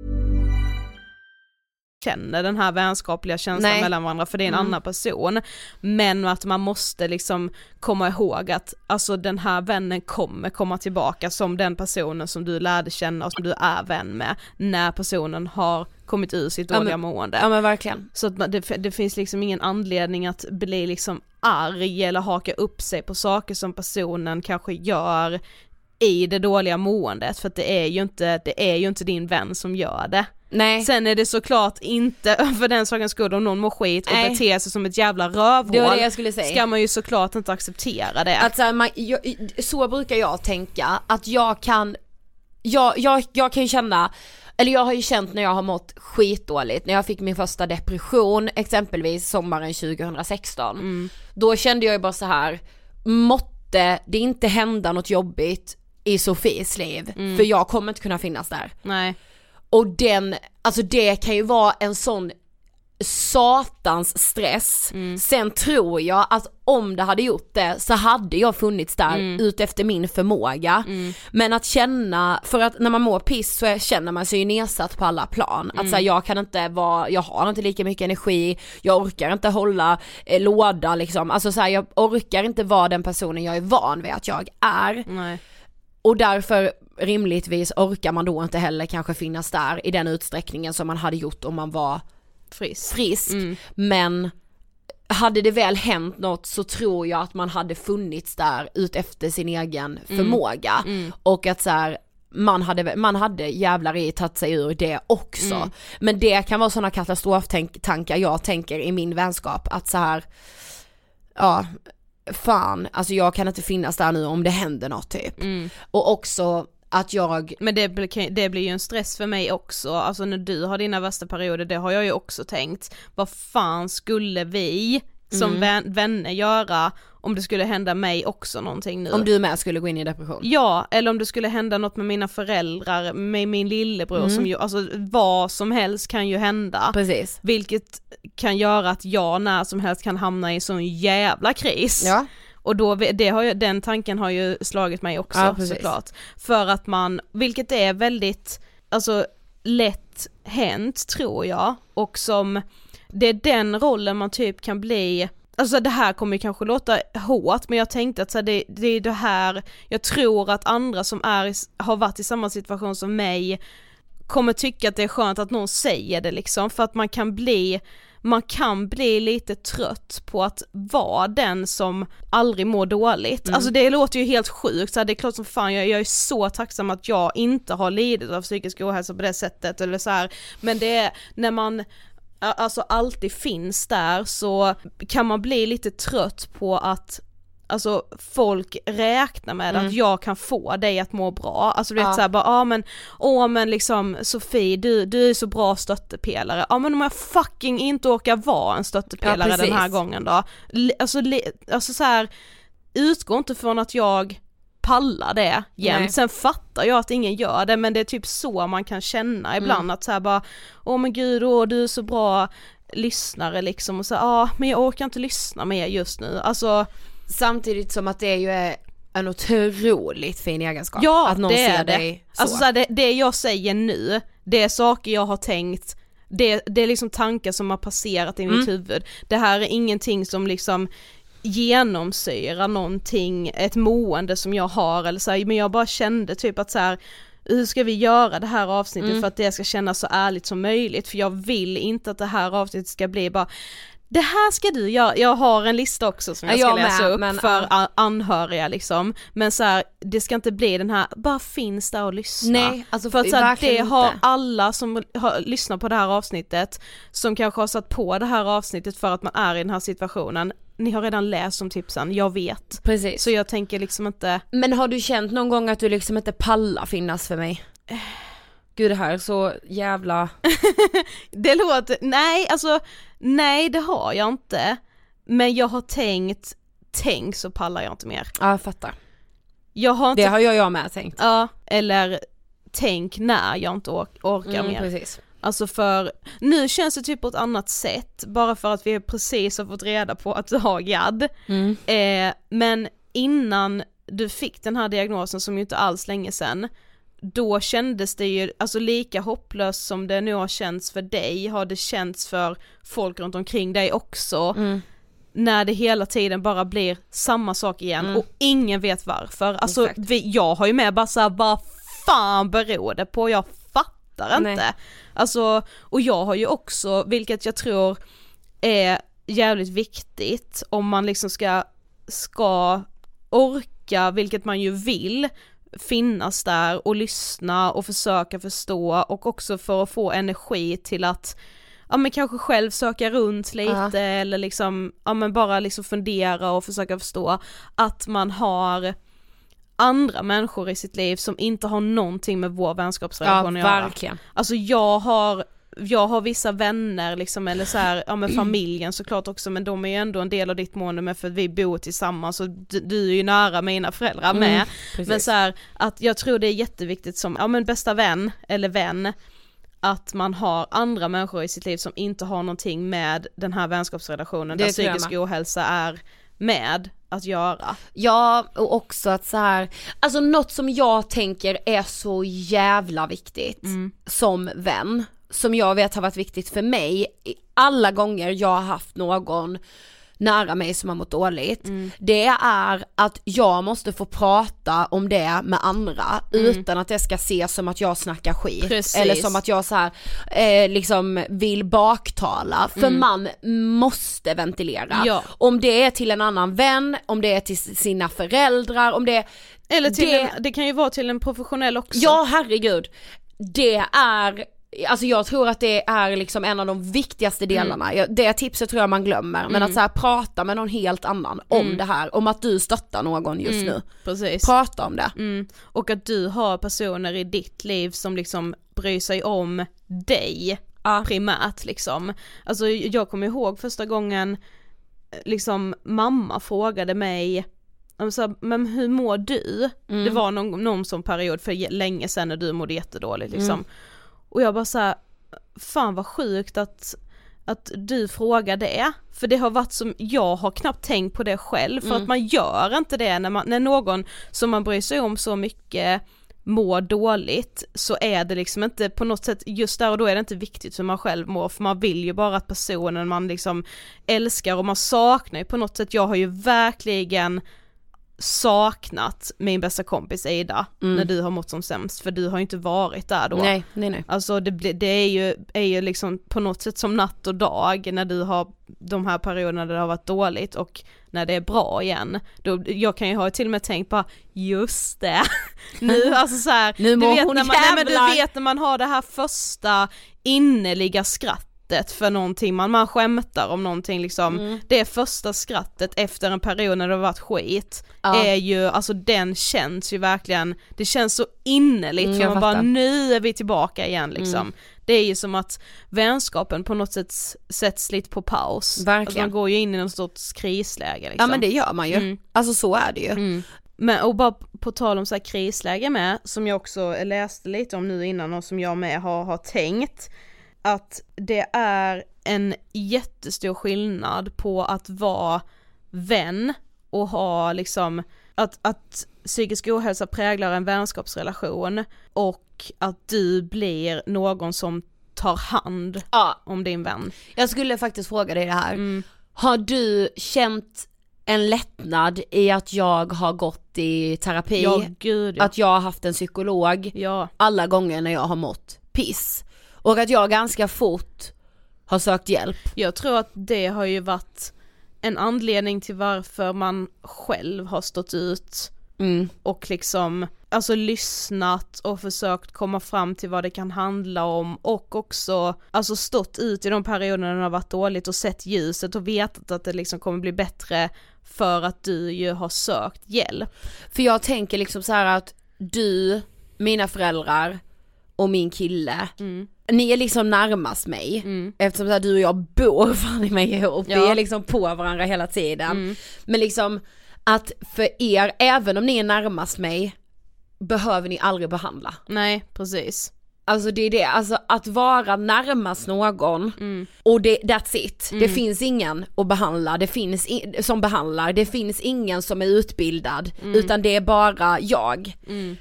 Känner den här vänskapliga känslan Nej. mellan varandra, för det är en Mm. annan person, men att man måste liksom komma ihåg att alltså den här vännen kommer komma tillbaka som den personen som du lärde känna och som du är vän med när personen har kommit ur sitt Ja, dåliga men- mående. Ja men verkligen. Så att man, det, det finns liksom ingen anledning att bli liksom arg eller haka upp sig på saker som personen kanske gör i det dåliga måendet, för att det är ju inte, det är ju inte din vän som gör det. Nej. Sen är det såklart inte för den sakens skull, om någon mår skit och Nej. beter sig som ett jävla rövhål, Det var det jag skulle säga. ska man ju såklart inte acceptera det. Att så, här, man, jag, så brukar jag tänka, att jag kan jag, jag, jag kan ju känna, eller jag har ju känt när jag har mått skitdåligt, när jag fick min första depression exempelvis sommaren tjugohundrasexton, Mm. då kände jag ju bara så här: måtte det inte hända något jobbigt i Sofies liv, Mm. för jag kommer inte kunna finnas där. Nej. Och den, alltså det kan ju vara en sån satans stress. Mm. Sen tror jag att om det hade gjort det så hade jag funnits där Mm. ut efter min förmåga. Mm. Men att känna, för att när man mår piss så är, känner man sig ju nedsatt på alla plan. Mm. Att så här, jag kan inte vara, jag har inte lika mycket energi, jag orkar inte hålla eh, låda liksom. Alltså så här, jag orkar inte vara den personen jag är van vid att jag är. Nej. Och därför rimligtvis orkar man då inte heller kanske finnas där i den utsträckningen som man hade gjort om man var frisk. frisk. Mm. Men hade det väl hänt något så tror jag att man hade funnits där ut efter sin egen förmåga. Mm. Och att så här, man hade, man hade jävlar i tagit sig ur det också. Mm. Men det kan vara sådana katastroftankar jag tänker i min vänskap, att så här, ja, fan, alltså jag kan inte finnas där nu om det händer något typ. Mm. Och också att jag... Men det blir, det blir ju en stress för mig också, alltså när du har dina värsta perioder, det har jag ju också tänkt, vad fan skulle vi som Mm. vän, vänner göra om det skulle hända mig också någonting nu? Om du med skulle gå in i depression? Ja, eller om det skulle hända något med mina föräldrar, med min lillebror, Mm. som ju, alltså vad som helst kan ju hända. Precis. Vilket kan göra att jag när som helst kan hamna i en sån jävla kris. Ja. Och då, det har ju, den tanken har ju slagit mig också, Ja, precis. såklart. För att man, vilket är väldigt, alltså lätt hänt tror jag, och som, det är den rollen man typ kan bli, alltså det här kommer ju kanske låta hårt, men jag tänkte att så här, det, det är det här, jag tror att andra som är, i- har varit i samma situation som mig kommer tycka att det är skönt att någon säger det liksom, för att man kan bli man kan bli lite trött på att vara den som aldrig mår dåligt. Mm. Alltså det låter ju helt sjukt, så här, det är klart som fan, jag, jag är så tacksam att jag inte har lidit av psykisk ohälsa på det sättet, eller så här. Men det är när man alltså alltid finns där, så kan man bli lite trött på att alltså folk räknar med Mm. att jag kan få dig att må bra. Alltså du vet Ja. såhär bara, ja men, åh men liksom Sofie, du, du är så bra stöttepelare. Ja men om jag fucking inte orkar vara en stöttepelare Ja, den här precis. gången då. Li- Alltså, li- alltså så här, utgå inte från att jag pallar det jämt. Nej. Sen fattar jag att ingen gör det, men det är typ så man kan känna ibland, Mm. att så här bara, åh men gud, åh, du är så bra lyssnare liksom, och så ja men jag orkar inte lyssna mer just nu. Alltså Samtidigt som att det ju är en otroligt fin egenskap. ja, att någon det är ser det. dig så. Alltså så här, det, det jag säger nu, det är saker jag har tänkt, det, det är liksom tankar som har passerat i mitt Mm. huvud. Det här är ingenting som liksom genomsyrar någonting, ett mående som jag har eller så här, men jag bara kände typ att så här, hur ska vi göra det här avsnittet Mm. för att det ska kännas så ärligt som möjligt, för jag vill inte att det här avsnittet ska bli bara, det här ska du göra. Jag har en lista också som jag Ja, ska jag läsa med, upp men, för ja. a- anhöriga liksom, men så här, det ska inte bli den här, bara finns där och lyssna. Nej, alltså För att så här, verkligen det har inte. alla som har lyssnat på det här avsnittet, som kanske har satt på det här avsnittet för att man är i den här situationen, ni har redan läst om tipsen, jag vet. Precis. Så jag tänker liksom inte... Men har du känt någon gång att du liksom inte pallar finnas för mig? Gud, det här är så jävla... Det låter, nej alltså, nej det har jag inte. Men jag har tänkt, tänk så pallar jag inte mer. Ja, jag fattar. Jag har inte, Det har jag, jag med tänkt. ja, eller tänk när jag inte or- orkar Mm, mer. precis. Alltså för, nu känns det typ på ett annat sätt, bara för att vi precis har fått reda på att du har G A D. Mm. Eh, men innan du fick den här diagnosen, som ju inte alls länge sedan, då kändes det ju, alltså lika hopplöst som det nu har känts för dig, har det känts för folk runt omkring dig också. Mm. När det hela tiden bara blir samma sak igen, Mm. och ingen vet varför. Alltså Exakt. vi, jag har ju med bara såhär, vad fan beror det på? Jag fattar inte. Nej. Alltså, och jag har ju också, vilket jag tror är jävligt viktigt om man liksom ska, ska orka, vilket man ju vill, finnas där och lyssna och försöka förstå, och också för att få energi till att ja men kanske själv söka runt lite, Ja. eller liksom, ja men bara liksom fundera och försöka förstå att man har andra människor i sitt liv som inte har någonting med vår Ja, vänskapsrelation att göra. verkligen. Alltså jag har jag har vissa vänner liksom, eller så här, ja men familjen såklart också, men de är ju ändå en del av ditt mående med, för att vi bor tillsammans, och du, du är ju nära mina föräldrar med. Mm, precis. Men så här, att jag tror det är jätteviktigt som, ja men bästa vän eller vän, att man har andra människor i sitt liv som inte har någonting med den här vänskapsrelationen Det där tror jag psykisk med. ohälsa är med att göra. Ja, och också att så här, alltså något som jag tänker är så jävla viktigt Mm. som vän, som jag vet har varit viktigt för mig i alla gånger jag har haft någon nära mig som har mått dåligt, Mm. det är att jag måste få prata om det med andra utan att det ska ses som att jag snackar skit. Precis. Eller som att jag så här, eh, liksom vill baktala, för Mm. man måste ventilera. Ja. Om det är till en annan vän, om det är till sina föräldrar, om det är... Eller till det, en, det kan ju vara till en professionell också. Ja, herregud. Det är Alltså jag tror att det är liksom en av de viktigaste delarna. Mm. Det tipset tror jag man glömmer. Men mm. att så här, prata med någon helt annan om mm. det här. Om att du stöttar någon just mm. nu. Precis. Prata om det. Mm. Och att du har personer i ditt liv som liksom bryr sig om dig ah. primärt liksom. Alltså jag kommer ihåg första gången liksom mamma frågade mig, så, men hur mår du? Mm. Det var någon, någon sån period för länge sedan när du mådde jättedåligt liksom. Mm. Och jag bara så här, fan vad sjukt att, att du frågar det. För det har varit som, jag har knappt tänkt på det själv. För mm. att man gör inte det när, man, när någon som man bryr sig om så mycket mår dåligt. Så är det liksom inte på något sätt, just där och då är det inte viktigt hur man själv mår. För man vill ju bara att personen man liksom älskar och man saknar ju på något sätt. Jag har ju verkligen saknat min bästa kompis Ida mm. när du har mått som sämst, för du har ju inte varit där då. Nej, nej, nej. Alltså det, det är ju, är ju liksom på något sätt som natt och dag när du har de här perioderna där det har varit dåligt och när det är bra igen. Då, jag kan ju ha till och med tänkt bara, just det. nu alltså så här, nu du vet hon när man, nej, men du vet när man har det här första innerliga skratt för någonting, man, man skämtar om någonting liksom, mm. det första skrattet efter en period när det har varit skit ja. är ju, alltså den känns ju verkligen, det känns så innerligt mm, för man fattar. Bara, nu är vi tillbaka igen liksom. Mm. Det är ju som att vänskapen på något sätt sätts lite på paus. Verkligen. Alltså man går ju in i någon sorts krisläge liksom. Ja men det gör man ju, mm. alltså så är det ju. Mm. Men och bara på tal om så här krisläge med, som jag också läste lite om nu innan och som jag med har, har tänkt, att det är en jättestor skillnad på att vara vän och ha liksom att, att psykisk ohälsa präglar en vänskapsrelation och att du blir någon som tar hand ja. om din vän. Jag skulle faktiskt fråga dig det här. Mm. Har du känt en lättnad i att jag har gått i terapi? Ja, gud, ja. Att jag har haft en psykolog ja. alla gånger när jag har mått piss? Och att jag ganska fort har sökt hjälp. Jag tror att det har ju varit en anledning till varför man själv har stått ut mm. och liksom alltså lyssnat och försökt komma fram till vad det kan handla om och också alltså stått ut i de perioderna när det har varit dåligt och sett ljuset och vetat att det liksom kommer bli bättre för att du ju har sökt hjälp. För jag tänker liksom så här att du, mina föräldrar och min kille mm. ni är liksom närmast mig mm. eftersom så här, du och jag bor fan i mig ihop. Ja. Vi är liksom på varandra hela tiden. Mm. Men liksom att för er, även om ni är närmast mig, behöver ni aldrig behandla. Nej, precis. Alltså det är det, alltså att vara närmast någon mm. och det, that's it. Mm. Det finns ingen att behandla, det finns in, som behandlar, det finns ingen som är utbildad mm. utan det är bara jag. Mm.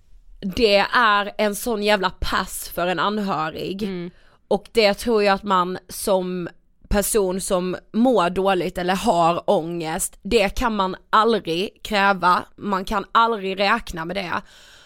Det är en sån jävla pass för en anhörig mm. och det tror jag att man som person som mår dåligt eller har ångest, det kan man aldrig kräva, man kan aldrig räkna med det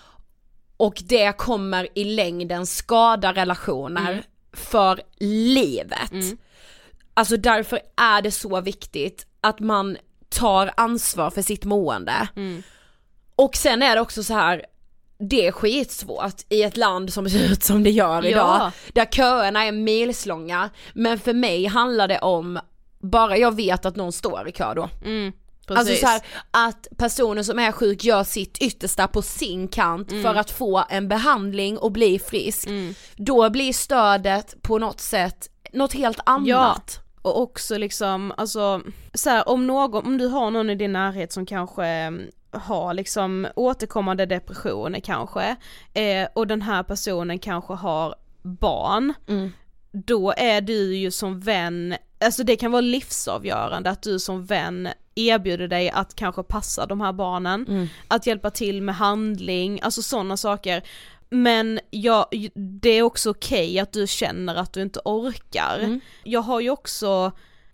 och det kommer i längden skada relationer mm. för livet. Mm. Alltså därför är det så viktigt att man tar ansvar för sitt mående. Mm. Och sen är det också så här, det är skitsvårt i ett land som ser ut som det gör idag. Ja. Där köerna är milslånga. Men för mig handlar det om, bara jag vet att någon står i kö då. Mm, alltså så här, att personen som är sjuk gör sitt yttersta på sin kant mm. för att få en behandling och bli frisk. Mm. Då blir stödet på något sätt något helt annat. Ja. Och också liksom, alltså så här, om någon, om du har någon i din närhet som kanske har liksom återkommande depressioner kanske eh, och den här personen kanske har barn mm. då är du ju som vän, alltså det kan vara livsavgörande att du som vän erbjuder dig att kanske passa de här barnen, mm. att hjälpa till med handling, alltså sådana saker. Men ja, det är också okej att du känner att du inte orkar. Mm. Jag har ju också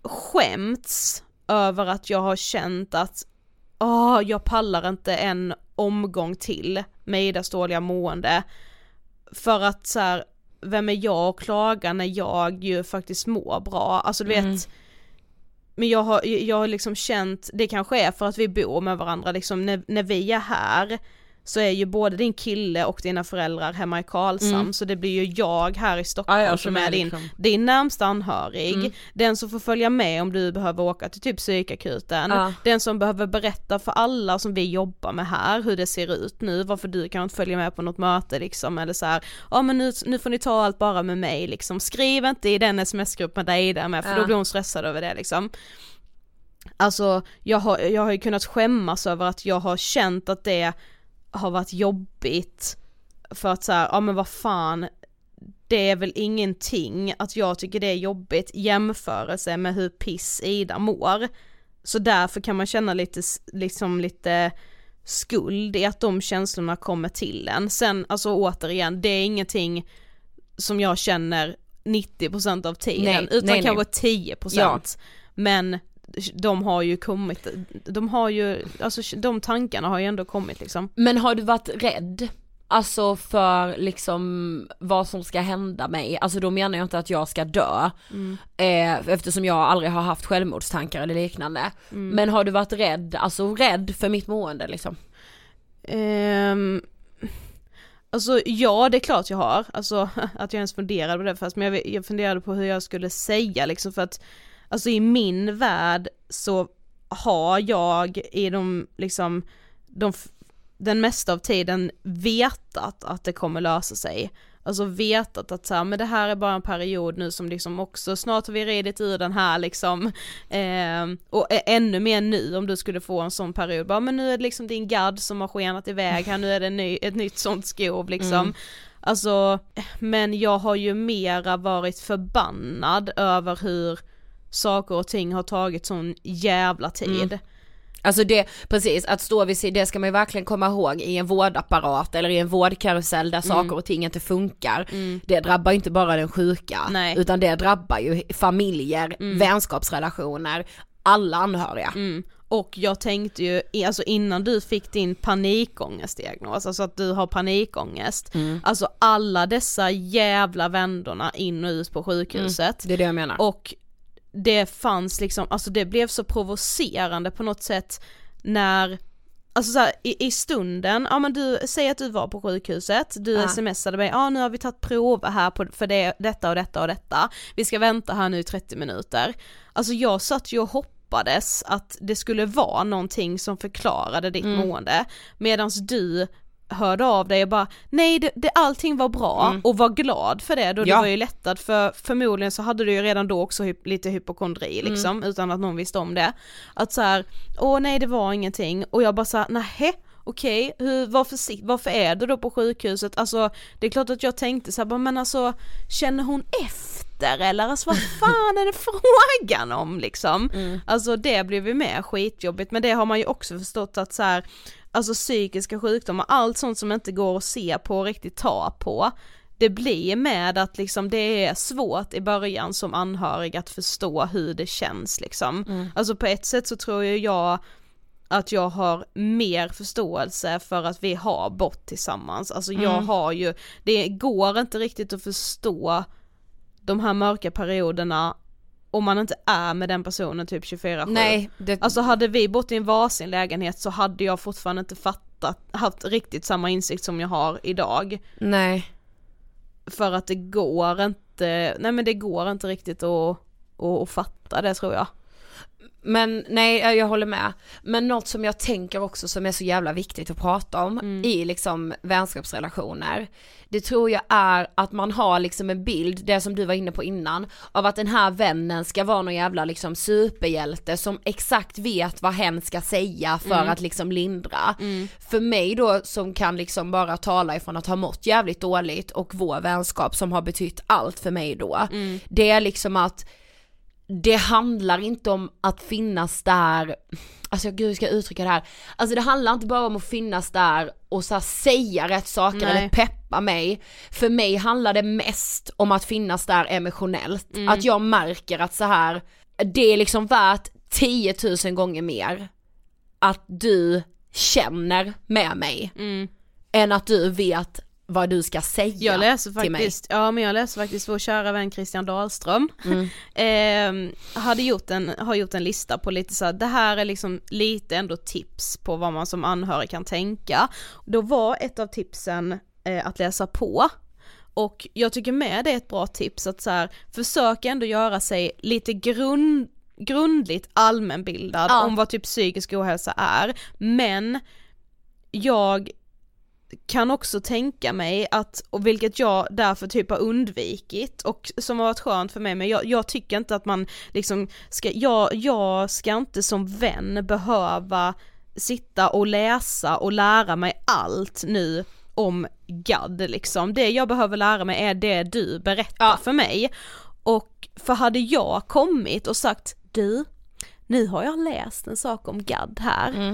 skämts över att jag har känt att åh, jag pallar inte en omgång till med Idas dåliga mående. För att så här, vem är jag och klaga när jag ju faktiskt mår bra? Alltså du mm. vet, men jag har, jag har liksom känt, det kanske är för att vi bor med varandra liksom, när, när vi är här så är ju både din kille och dina föräldrar hemma i Karlshamn, mm. så det blir ju jag här i Stockholm ah, ja, som är din, liksom. din närmsta anhörig, mm. den som får följa med om du behöver åka till typ psykakuten, ah. den som behöver berätta för alla som vi jobbar med här hur det ser ut nu, varför du kan inte följa med på något möte liksom, eller så här, ja ah, men nu, nu får ni ta allt bara med mig liksom, skriv inte i den sms-grupp med dig där med, för ah. då blir hon stressad över det liksom. Alltså jag har, jag har ju kunnat skämmas över att jag har känt att det har varit jobbigt, för att så här, ja men vad fan, det är väl ingenting att jag tycker det är jobbigt jämförelse med hur piss Ida mår. Så därför kan man känna lite, liksom lite skuld i att de känslorna kommer till en. Sen alltså återigen, det är ingenting som jag känner nittio procent av tiden, nej, utan nej, kanske nej. tio procent. Ja. Men de har ju kommit, de har ju, alltså de tankarna har ju ändå kommit liksom. Men har du varit rädd? Alltså för liksom vad som ska hända mig? Alltså då menar jag inte att jag ska dö, mm. eh, eftersom jag aldrig har haft självmordstankar eller liknande. Mm. Men har du varit rädd, alltså rädd för mitt mående liksom? Um, alltså ja, det är klart jag har. Alltså att jag ens funderade på det fast, men jag, jag funderade på hur jag skulle säga liksom, för att alltså i min värld så har jag i de liksom de, den mesta av tiden vetat att det kommer lösa sig. Alltså vetat att så här, men det här är bara en period nu som liksom också, snart har vi redit ur den här liksom, eh, och ännu mer nu om du skulle få en sån period, bara men nu är det liksom din gadd som har skenat iväg här, nu är det en ny, ett nytt sånt skov liksom. Mm. Alltså, men jag har ju mera varit förbannad över hur saker och ting har tagit sån jävla tid. Mm. Alltså det, precis, att stå vid sig, det ska man ju verkligen komma ihåg i en vårdapparat eller i en vårdkarusell där mm. saker och ting inte funkar. Mm. Det drabbar inte bara den sjuka, nej. Utan det drabbar ju familjer, mm. vänskapsrelationer, alla anhöriga. Mm. Och jag tänkte ju, alltså innan du fick din panikångestdiagnos, alltså att du har panikångest, mm. alltså alla dessa jävla vändorna in och ut på sjukhuset. Mm. Det är det jag menar. Och det fanns liksom, alltså det blev så provocerande på något sätt när, alltså så här, i, i stunden, ja men du, säg att du var på sjukhuset, du ja. smsade mig, ja nu har vi tagit prover här på, för det, detta och detta och detta, vi ska vänta här nu i trettio minuter. Alltså jag satt ju och hoppades att det skulle vara någonting som förklarade ditt mm. mående, medans du hörde av dig och bara, nej det, det, allting var bra mm. och var glad för det då, ja. Du var ju lättad, för förmodligen så hade du ju redan då också hy- lite hypokondri liksom, mm. utan att någon visste om det, att så här, åh nej det var ingenting, och jag bara så här, nej okej, okay, varför, varför är du då på sjukhuset? Alltså det är klart att jag tänkte så här, men alltså känner hon efter eller alltså vad fan är det frågan om liksom? Mm. Alltså det blev ju mer skitjobbigt, men det har man ju också förstått att så här, alltså psykiska sjukdomar, allt sånt som inte går att se på och riktigt ta på, det blir med att liksom det är svårt i början som anhörig att förstå hur det känns liksom. Mm. Alltså på ett sätt så tror ju jag att jag har mer förståelse för att vi har bott tillsammans. Alltså jag mm. har ju, det går inte riktigt att förstå de här mörka perioderna om man inte är med den personen typ tjugofyra sju. Nej, det... Alltså hade vi bott i en varsin lägenhet så hade jag fortfarande inte fattat, haft riktigt samma insikt som jag har idag. Nej. För att det går inte, nej men det går inte riktigt att, att, att fatta det tror jag. Men nej, jag håller med. Men något som jag tänker också som är så jävla viktigt att prata om mm. i liksom vänskapsrelationer, det tror jag är att man har liksom en bild, det som du var inne på innan, av att den här vännen ska vara någon jävla liksom superhjälte som exakt vet vad hen ska säga för mm. att liksom lindra. Mm. För mig då som kan liksom bara tala ifrån att ha mått jävligt dåligt och vår vänskap som har betytt allt för mig då, mm. det är liksom att det handlar inte om att finnas där, alltså gud ska jag uttrycka det här, alltså det handlar inte bara om att finnas där och så här säga rätt saker Nej. Eller peppa mig. För mig handlar det mest om att finnas där emotionellt, mm. att jag märker att så här, det är liksom värt tiotusen gånger mer att du känner med mig mm. än att du vet vad du ska säga jag läser till mig. faktiskt, ja men jag läser faktiskt vår kära vän Christian Dahlström. Mm. eh, hade gjort en, har gjort en lista på lite så här, det här är liksom lite ändå tips på vad man som anhörig kan tänka. Då var ett av tipsen eh, att läsa på. Och jag tycker med det är ett bra tips att så här, försöka ändå göra sig lite grund, grundligt allmänbildad ja. om vad typ psykisk ohälsa är. Men jag kan också tänka mig att, och vilket jag därför typ har undvikit och som har varit skönt för mig, men jag, jag tycker inte att man liksom ska, jag, jag ska inte som vän behöva sitta och läsa och lära mig allt nu om G A D liksom. Det jag behöver lära mig är det du berättar ja. för mig. Och för hade jag kommit och sagt, du, nu har jag läst en sak om G A D här. Mm.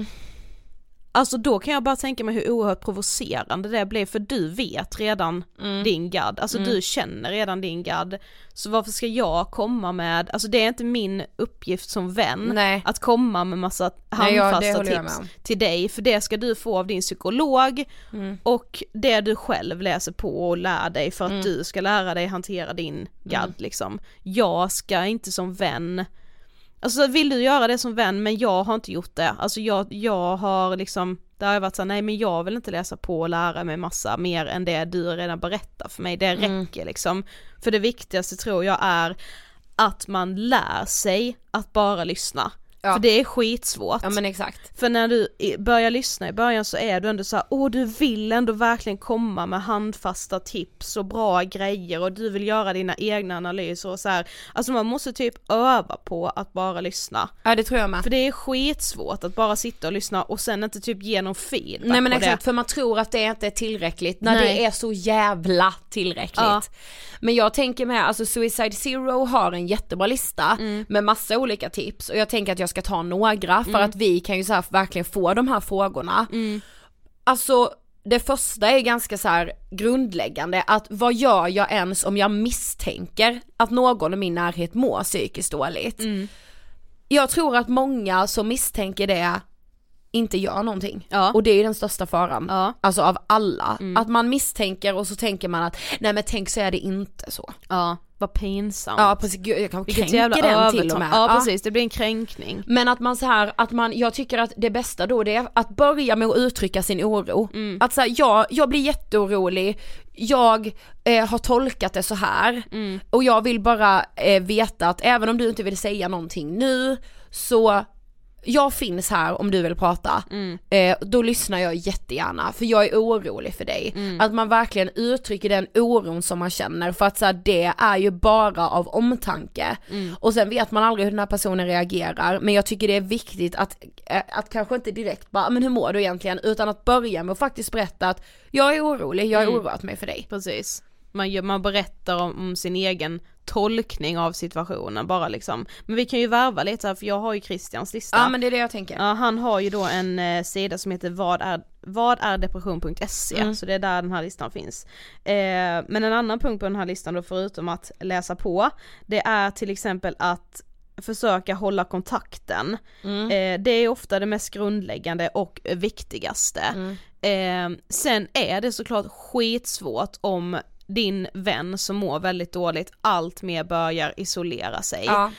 Alltså då kan jag bara tänka mig hur oerhört provocerande det blir, för du vet redan mm. din G A D, alltså mm. du känner redan din G A D, så varför ska jag komma med, alltså det är inte min uppgift som vän Nej. att komma med massa handfasta Nej, ja, tips till dig, för det ska du få av din psykolog mm. och det du själv läser på och lär dig för att mm. du ska lära dig hantera din G A D mm. liksom. Jag ska inte som vän. Alltså vill du göra det som vän, men jag har inte gjort det. Alltså jag, jag har liksom, där har jag varit så här, nej men jag vill inte läsa på och lära mig massa mer än det du redan berättar för mig. Det mm. räcker liksom. För det viktigaste tror jag är att man lär sig att bara lyssna. Ja. För det är skitsvårt. Ja men exakt. För när du börjar lyssna i början så är du ändå så här, åh du vill ändå verkligen komma med handfasta tips och bra grejer och du vill göra dina egna analyser och så här. Alltså man måste typ öva på att bara lyssna. Ja det tror jag med. För det är skitsvårt att bara sitta och lyssna och sen inte typ ge någon feedback. Nej men på exakt, det. för man tror att det inte är tillräckligt när Nej. det är så jävla tillräckligt. Ja. Men jag tänker med, alltså Suicide Zero har en jättebra lista mm. med massa olika tips och jag tänker att jag ska ta några för mm. att vi kan ju så här verkligen få de här frågorna. Mm. Alltså det första är ganska så här grundläggande, att vad gör jag ens om jag misstänker att någon i min närhet mår psykiskt dåligt? Mm. Jag tror att många som misstänker det inte gör någonting. Ja. Och det är ju den största faran. Ja. Alltså av alla. Mm. Att man misstänker och så tänker man att nej men tänk så är det inte så. Ja, vad pinsamt. Ja precis, Gud, jag kan kränka den övertag. Till och med. Ja, ja precis, det blir en kränkning. Men att man så här, att man, jag tycker att det bästa då det är att börja med att uttrycka sin oro. Mm. Att så här, jag, jag blir jätteorolig. Jag eh, har tolkat det så här. Mm. Och jag vill bara eh, veta att även om du inte vill säga någonting nu så jag finns här om du vill prata. Mm. Eh, då lyssnar jag jättegärna för jag är orolig för dig. Mm. Att man verkligen uttrycker den oron som man känner, för att så här, det är ju bara av omtanke. Mm. Och sen vet man aldrig hur den här personen reagerar, men jag tycker det är viktigt att, att kanske inte direkt bara, men hur mår du egentligen, utan att börja med att faktiskt berätta att jag är orolig, jag är mm. oroat mig för dig. Precis. Man, gör, man berättar om, om sin egen tolkning av situationen bara liksom. Men vi kan ju värva lite här, för jag har ju Christians lista. Ja men det är det jag tänker. Ja, han har ju då en eh, sida som heter vad är, vad är depression punkt se mm. så det är där den här listan finns. Eh, men en annan punkt på den här listan då, förutom att läsa på, det är till exempel att försöka hålla kontakten. Mm. Eh, det är ofta det mest grundläggande och viktigaste. Mm. Eh, sen är det såklart skitsvårt om din vän som mår väldigt dåligt allt mer börjar isolera sig. Ja.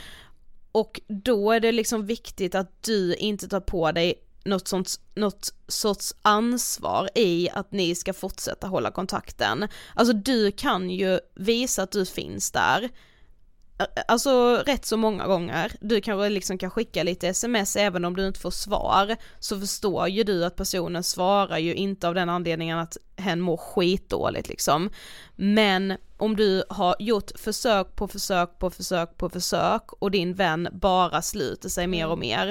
Och då är det liksom viktigt att du inte tar på dig något, sånt, något sorts ansvar i att ni ska fortsätta hålla kontakten. Alltså du kan ju visa att du finns där. Alltså rätt så många gånger. Du kanske liksom kan skicka lite sms även om du inte får svar, så förstår ju du att personen svarar ju inte av den anledningen att hen mår skitdåligt liksom. Men om du har gjort försök på försök på försök på försök och din vän bara sluter sig mer och mer,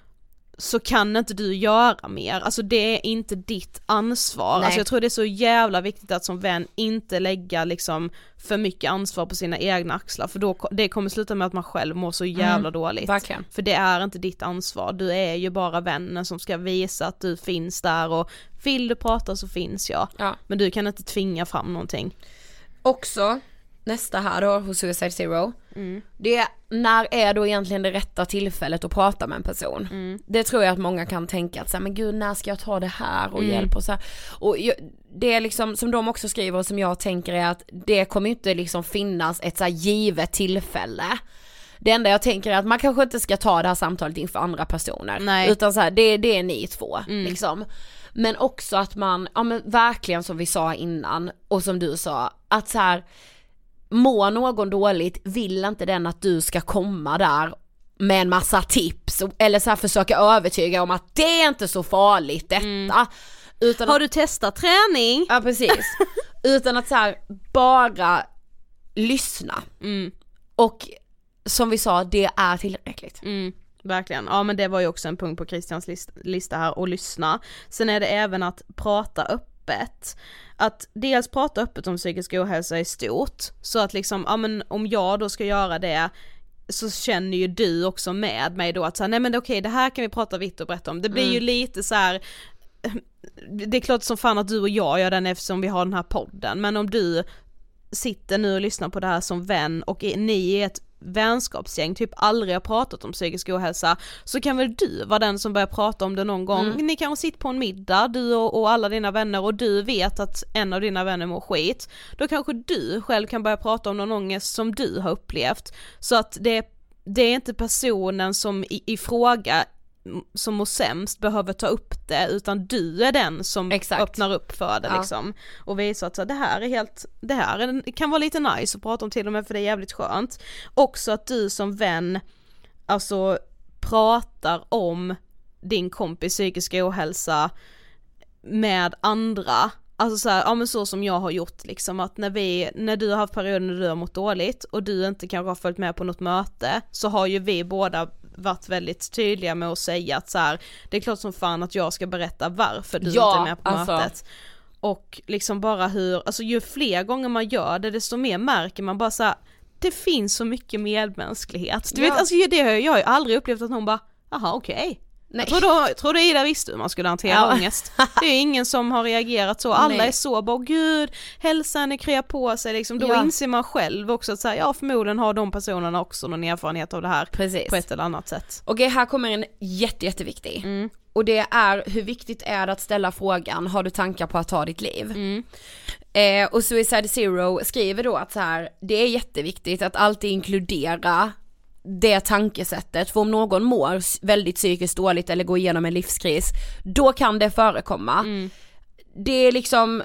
så kan inte du göra mer. Alltså det är inte ditt ansvar. Nej. Alltså jag tror det är så jävla viktigt att som vän inte lägga liksom för mycket ansvar på sina egna axlar, för då det kommer sluta med att man själv mår så jävla mm, dåligt. Verkligen. För det är inte ditt ansvar. Du är ju bara vännen som ska visa att du finns där, och vill du prata så finns jag. Ja. Men du kan inte tvinga fram någonting. Också nästa här då hos Suicide Zero. Mm. Det är, när är då egentligen det rätta tillfället att prata med en person? Mm. Det tror jag att många kan tänka att så här, men gud, när ska jag ta det här och mm. hjälp och så här. Och jag, det är liksom som de också skriver och som jag tänker är att det kommer inte liksom finnas ett så här givet tillfälle. Det enda jag tänker är att man kanske inte ska ta det här samtalet inför andra personer. Nej. Utan så här, det, det är ni två mm. liksom. Men också att man, ja men verkligen som vi sa innan och som du sa, att så här, må någon dåligt, vill inte den att du ska komma där med en massa tips eller så här försöka övertyga om att det är inte så farligt detta. Mm. Utan har att, du testat träning? Ja, precis. Utan att så här, bara lyssna. Mm. Och som vi sa, det är tillräckligt. Mm. Verkligen, ja men det var ju också en punkt på Christians list- lista här, att lyssna. Sen är det även att prata öppet. Att dels prata öppet om psykisk ohälsa är stort. Så att liksom, ja men om jag då ska göra det, så känner ju du också med mig då att säga, nej men okej, det här kan vi prata vitt och brett om. Det blir mm. ju lite så här. Det är klart som fan att du och jag gör den eftersom vi har den här podden. Men om du sitter nu och lyssnar på det här som vän och ni är ett vänskapsgäng typ aldrig har pratat om psykisk ohälsa, så kan väl du vara den som börjar prata om det någon gång. Mm. Ni kanske sitter på en middag, du och, och alla dina vänner, och du vet att en av dina vänner mår skit. Då kanske du själv kan börja prata om någon ångest som du har upplevt. Så att det, det är inte personen som i, i fråga som mår sämst behöver ta upp det, utan du är den som Exakt. öppnar upp för det ja. liksom, och visar att så, det här är helt, det här är, det kan vara lite nice att prata om till och med, för det är jävligt skönt. Också att du som vän alltså pratar om din kompis psykiska ohälsa med andra. Alltså så här, ja men så som jag har gjort liksom, att när vi, när du har haft perioder när du har mått dåligt och du inte kanske har följt med på något möte, så har ju vi båda varit väldigt tydliga med att säga att så här, det är klart som fan att jag ska berätta varför du ja, inte är med på alltså. mötet. Och liksom bara hur, alltså ju fler gånger man gör det, desto mer märker man bara så här, det finns så mycket medmänsklighet. Du ja. vet, alltså det har jag, jag har ju aldrig upplevt att någon bara, aha okej. Okay. Nej. Jag tror, då, tror du Ida visste hur man skulle hantera ja. ångest. Det är ingen som har reagerat så. Alla Nej. är så, bara gud, hälsan är krya på sig liksom. Då ja. inser man själv också att så här, ja förmodligen har de personerna också någon erfarenhet av det här. Precis. På ett eller annat sätt. Okej, här kommer en jätte, jätteviktig. Mm. Och det är, hur viktigt är det att ställa frågan, har du tankar på att ta ditt liv? Mm. Eh, och Suicide Zero skriver då att så här, det är jätteviktigt att alltid inkludera det tankesättet, för om någon mår väldigt psykiskt dåligt eller går igenom en livskris, då kan det förekomma. Mm. Det är liksom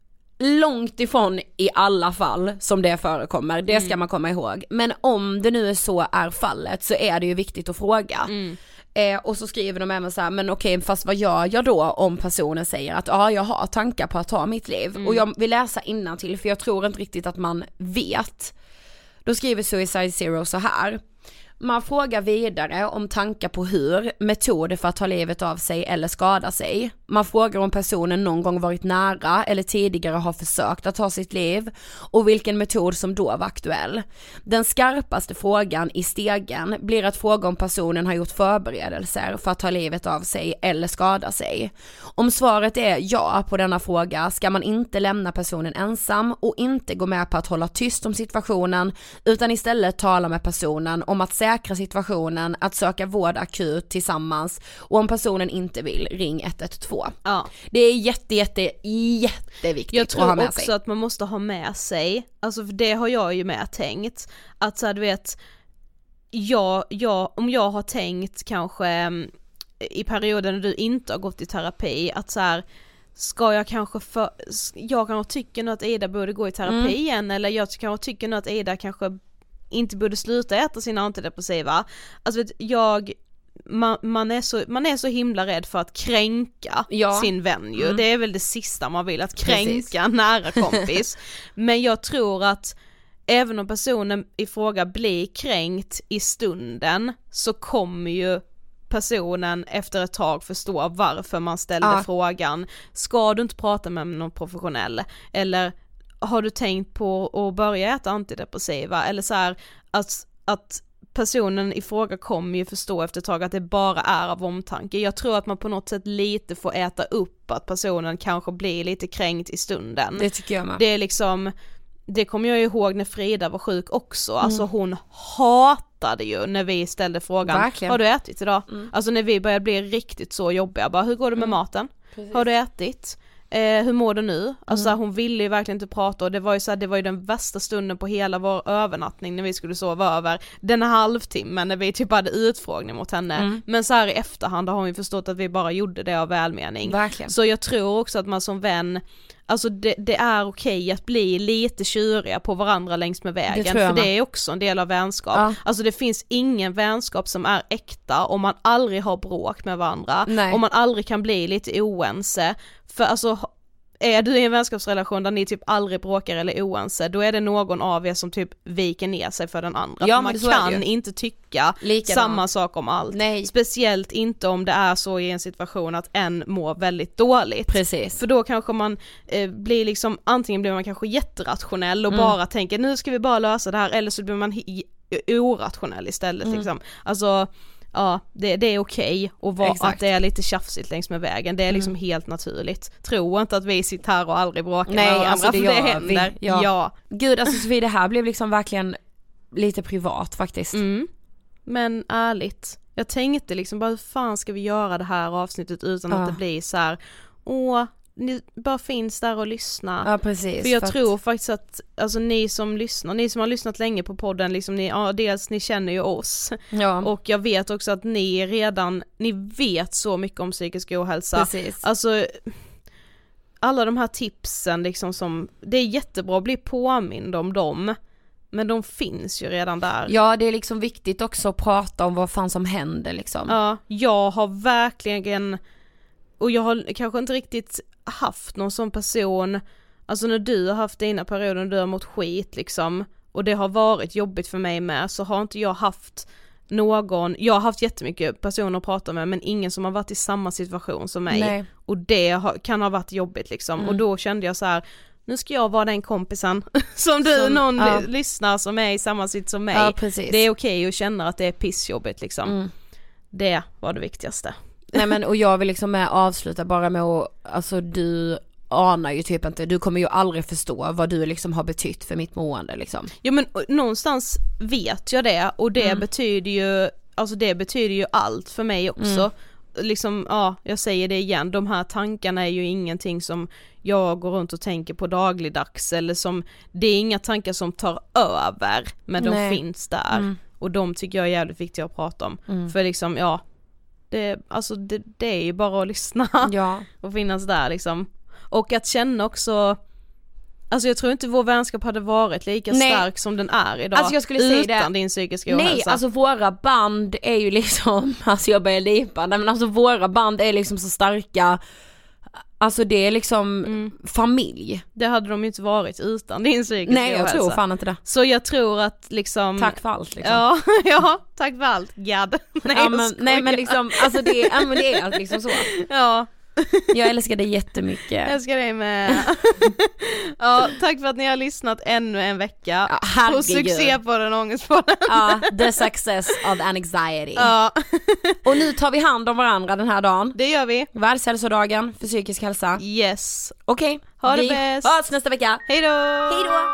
långt ifrån i alla fall som det förekommer, det ska mm. man komma ihåg. Men om det nu är så är fallet, så är det ju viktigt att fråga. Mm. Eh, och så skriver de även så här, men okej, fast vad gör jag då om personen säger att ja, jag har tankar på att ta mitt liv. Mm. Och jag vill läsa innantill, för jag tror inte riktigt att man vet. Då skriver Suicide Zero så här: man frågar vidare om tankar på hur, metoder för att ta livet av sig eller skada sig. Man frågar om personen någon gång varit nära eller tidigare har försökt att ta sitt liv, och vilken metod som då var aktuell. Den skarpaste frågan i stegen blir att fråga om personen har gjort förberedelser för att ta livet av sig eller skada sig. Om svaret är ja på denna fråga ska man inte lämna personen ensam och inte gå med på att hålla tyst om situationen, utan istället tala med personen om att säkra situationen, att söka vård akut tillsammans, och om personen inte vill, ring ett ett två. Ja. Det är jätte, jätte, jätteviktigt jag tror att ha med också sig. Att man måste ha med sig, alltså för det har jag ju med tänkt, att så här, du vet, jag, jag, om jag har tänkt kanske i perioden när du inte har gått i terapi, att så här, ska jag kanske för, jag kanske tycker nu att Ida borde gå i terapi mm. igen, eller jag kanske tycker nu att Ida kanske inte borde sluta äta sina antidepressiva. Alltså vet, jag man, man, är så, man är så himla rädd för att kränka ja. sin vän ju. Mm. Det är väl det sista man vill, att kränka Precis. en nära kompis. Men jag tror att även om personen i fråga blir kränkt i stunden, så kommer ju personen efter ett tag förstå varför man ställde ja. frågan. Ska du inte prata med någon professionell? Eller har du tänkt på att börja äta antidepressiva? Eller så här, att, att personen i fråga kommer ju förstå efter ett tag att det bara är av omtanke. Jag tror att man på något sätt lite får äta upp att personen kanske blir lite kränkt i stunden. Det tycker jag med. Det är liksom, det kommer jag ihåg när Frida var sjuk också, mm. alltså hon hatade ju när vi ställde frågan, verkligen. Har du ätit idag? Mm. Alltså när vi började bli riktigt så jobbiga, bara hur går det med mm. maten? Precis. Har du ätit? Eh, hur mår du nu? Alltså mm. hon ville ju verkligen inte prata och det var ju så här, det var ju den värsta stunden på hela vår övernattning när vi skulle sova över den här halvtimmen när vi typ hade utfrågning mot henne. Mm. Men så här i efterhand har hon ju förstått att vi bara gjorde det av välmening. Verkligen. Så jag tror också att man som vän, alltså det, det är okej att bli lite tjuriga på varandra längs med vägen, det för det är också en del av vänskap. Ja. Alltså det finns ingen vänskap som är äkta om man aldrig har bråk med varandra, om man aldrig kan bli lite oense. För alltså är du i en vänskapsrelation där ni typ aldrig bråkar eller oense, då är det någon av er som typ viker ner sig för den andra. Ja, för man kan inte tycka Likadant. samma sak om allt. Nej. Speciellt inte om det är så i en situation att en mår väldigt dåligt. Precis. För då kanske man eh, blir liksom, antingen blir man kanske jätterationell och mm. bara tänker nu ska vi bara lösa det här, eller så blir man hi- orationell istället mm. liksom. Alltså ja, det, det är okej och va, att det är lite tjafsigt längs med vägen. Det är liksom mm. helt naturligt. Tro inte att vi sitter här och aldrig bråkar med varandra, alltså det, för det händer. Vi, ja. ja. Gud, alltså Sofie, det här blev liksom verkligen lite privat faktiskt. Mm. Men ärligt, jag tänkte liksom bara hur fan ska vi göra det här avsnittet utan ja. att det blir så här, åh, ni bara finns där och lyssna. Ja, precis. För jag för tror att... faktiskt att alltså ni som lyssnar, ni som har lyssnat länge på podden, liksom ni, ja, dels ni känner ju oss. Ja. Och jag vet också att ni redan, ni vet så mycket om psykisk ohälsa. Precis. Alltså alla de här tipsen liksom som, det är jättebra att bli påmind om dem. Men de finns ju redan där. Ja, det är liksom viktigt också att prata om vad fan som händer liksom. Ja, jag har verkligen, och jag har kanske inte riktigt haft någon sån person, alltså när du har haft dina perioder när du har mått skit liksom, och det har varit jobbigt för mig med, så har inte jag haft någon, jag har haft jättemycket personer att prata med, men ingen som har varit i samma situation som mig. Nej. Och det har, kan ha varit jobbigt liksom, mm. och då kände jag så här, nu ska jag vara den kompisen som du, som, någon ja. lyssnar som är i samma sitt som mig. Ja, det är okej att känna att det är pissjobbigt liksom. Mm. Det var det viktigaste. Nej men, och jag vill liksom med avsluta bara med att, alltså du anar ju typ inte, du kommer ju aldrig förstå vad du liksom har betytt för mitt mående liksom. Ja men någonstans vet jag det, och det mm. betyder ju, alltså det betyder ju allt för mig också. Mm. Liksom, ja, jag säger det igen, de här tankarna är ju ingenting som jag går runt och tänker på dagligdags, eller som, det är inga tankar som tar över, men Nej. de finns där. Mm. Och de tycker jag är jävligt viktiga att prata om. Mm. För liksom, ja, det, alltså det, det är ju bara att lyssna ja. och finnas där liksom. Och att känna också, alltså jag tror inte vår vänskap hade varit lika Nej. stark som den är idag, alltså jag skulle säga utan det. din psykiska ohälsa. Nej, alltså våra band är ju liksom, alltså jag börjar lipa, men alltså våra band är liksom så starka. Alltså det är liksom mm. familj. Det hade de ju inte varit utan din psykiska Nej, jag ohälsa. tror fan inte det. Så jag tror att liksom, tack för allt liksom. Ja, ja tack för allt. God. Nej, ja, men, nej men liksom, alltså det, ja, men det är liksom så. Ja. Jag älskar dig jättemycket. Jag älskar dig med. Ja, tack för att ni har lyssnat ännu en vecka. Ja, och succé på den ångestpodden. Ja, the success of anxiety. Ja. Och nu tar vi hand om varandra den här dagen. Det gör vi. Världshälsodagen för psykisk hälsa. Yes. Okej, okay. Ha det vi bäst. hörs nästa vecka. Hej då. Hej då.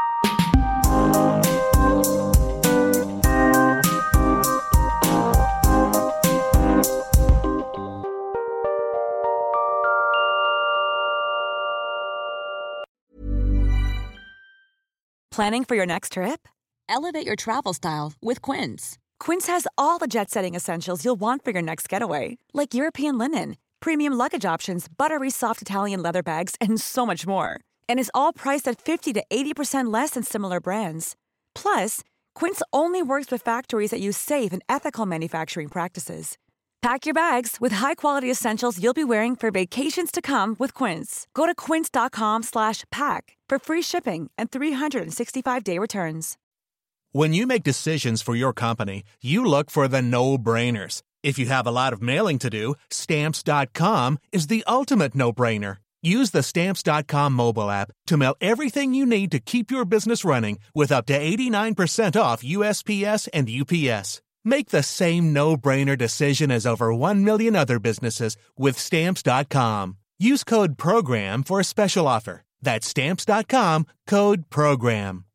Planning for your next trip? Elevate your travel style with Quince. Quince has all the jet-setting essentials you'll want for your next getaway, like European linen, premium luggage options, buttery soft Italian leather bags, and so much more. And is all priced at fifty to eighty percent less than similar brands. Plus, Quince only works with factories that use safe and ethical manufacturing practices. Pack your bags with high-quality essentials you'll be wearing for vacations to come with Quince. Go to quince.com slash pack for free shipping and three sixty-five day returns. When you make decisions for your company, you look for the no-brainers. If you have a lot of mailing to do, stamps dot com is the ultimate no-brainer. Use the stamps dot com mobile app to mail everything you need to keep your business running with up to eighty-nine percent off U S P S and U P S. Make the same no-brainer decision as over one million other businesses with stamps dot com. Use code PROGRAM for a special offer. That's Stamps dot com, code PROGRAM.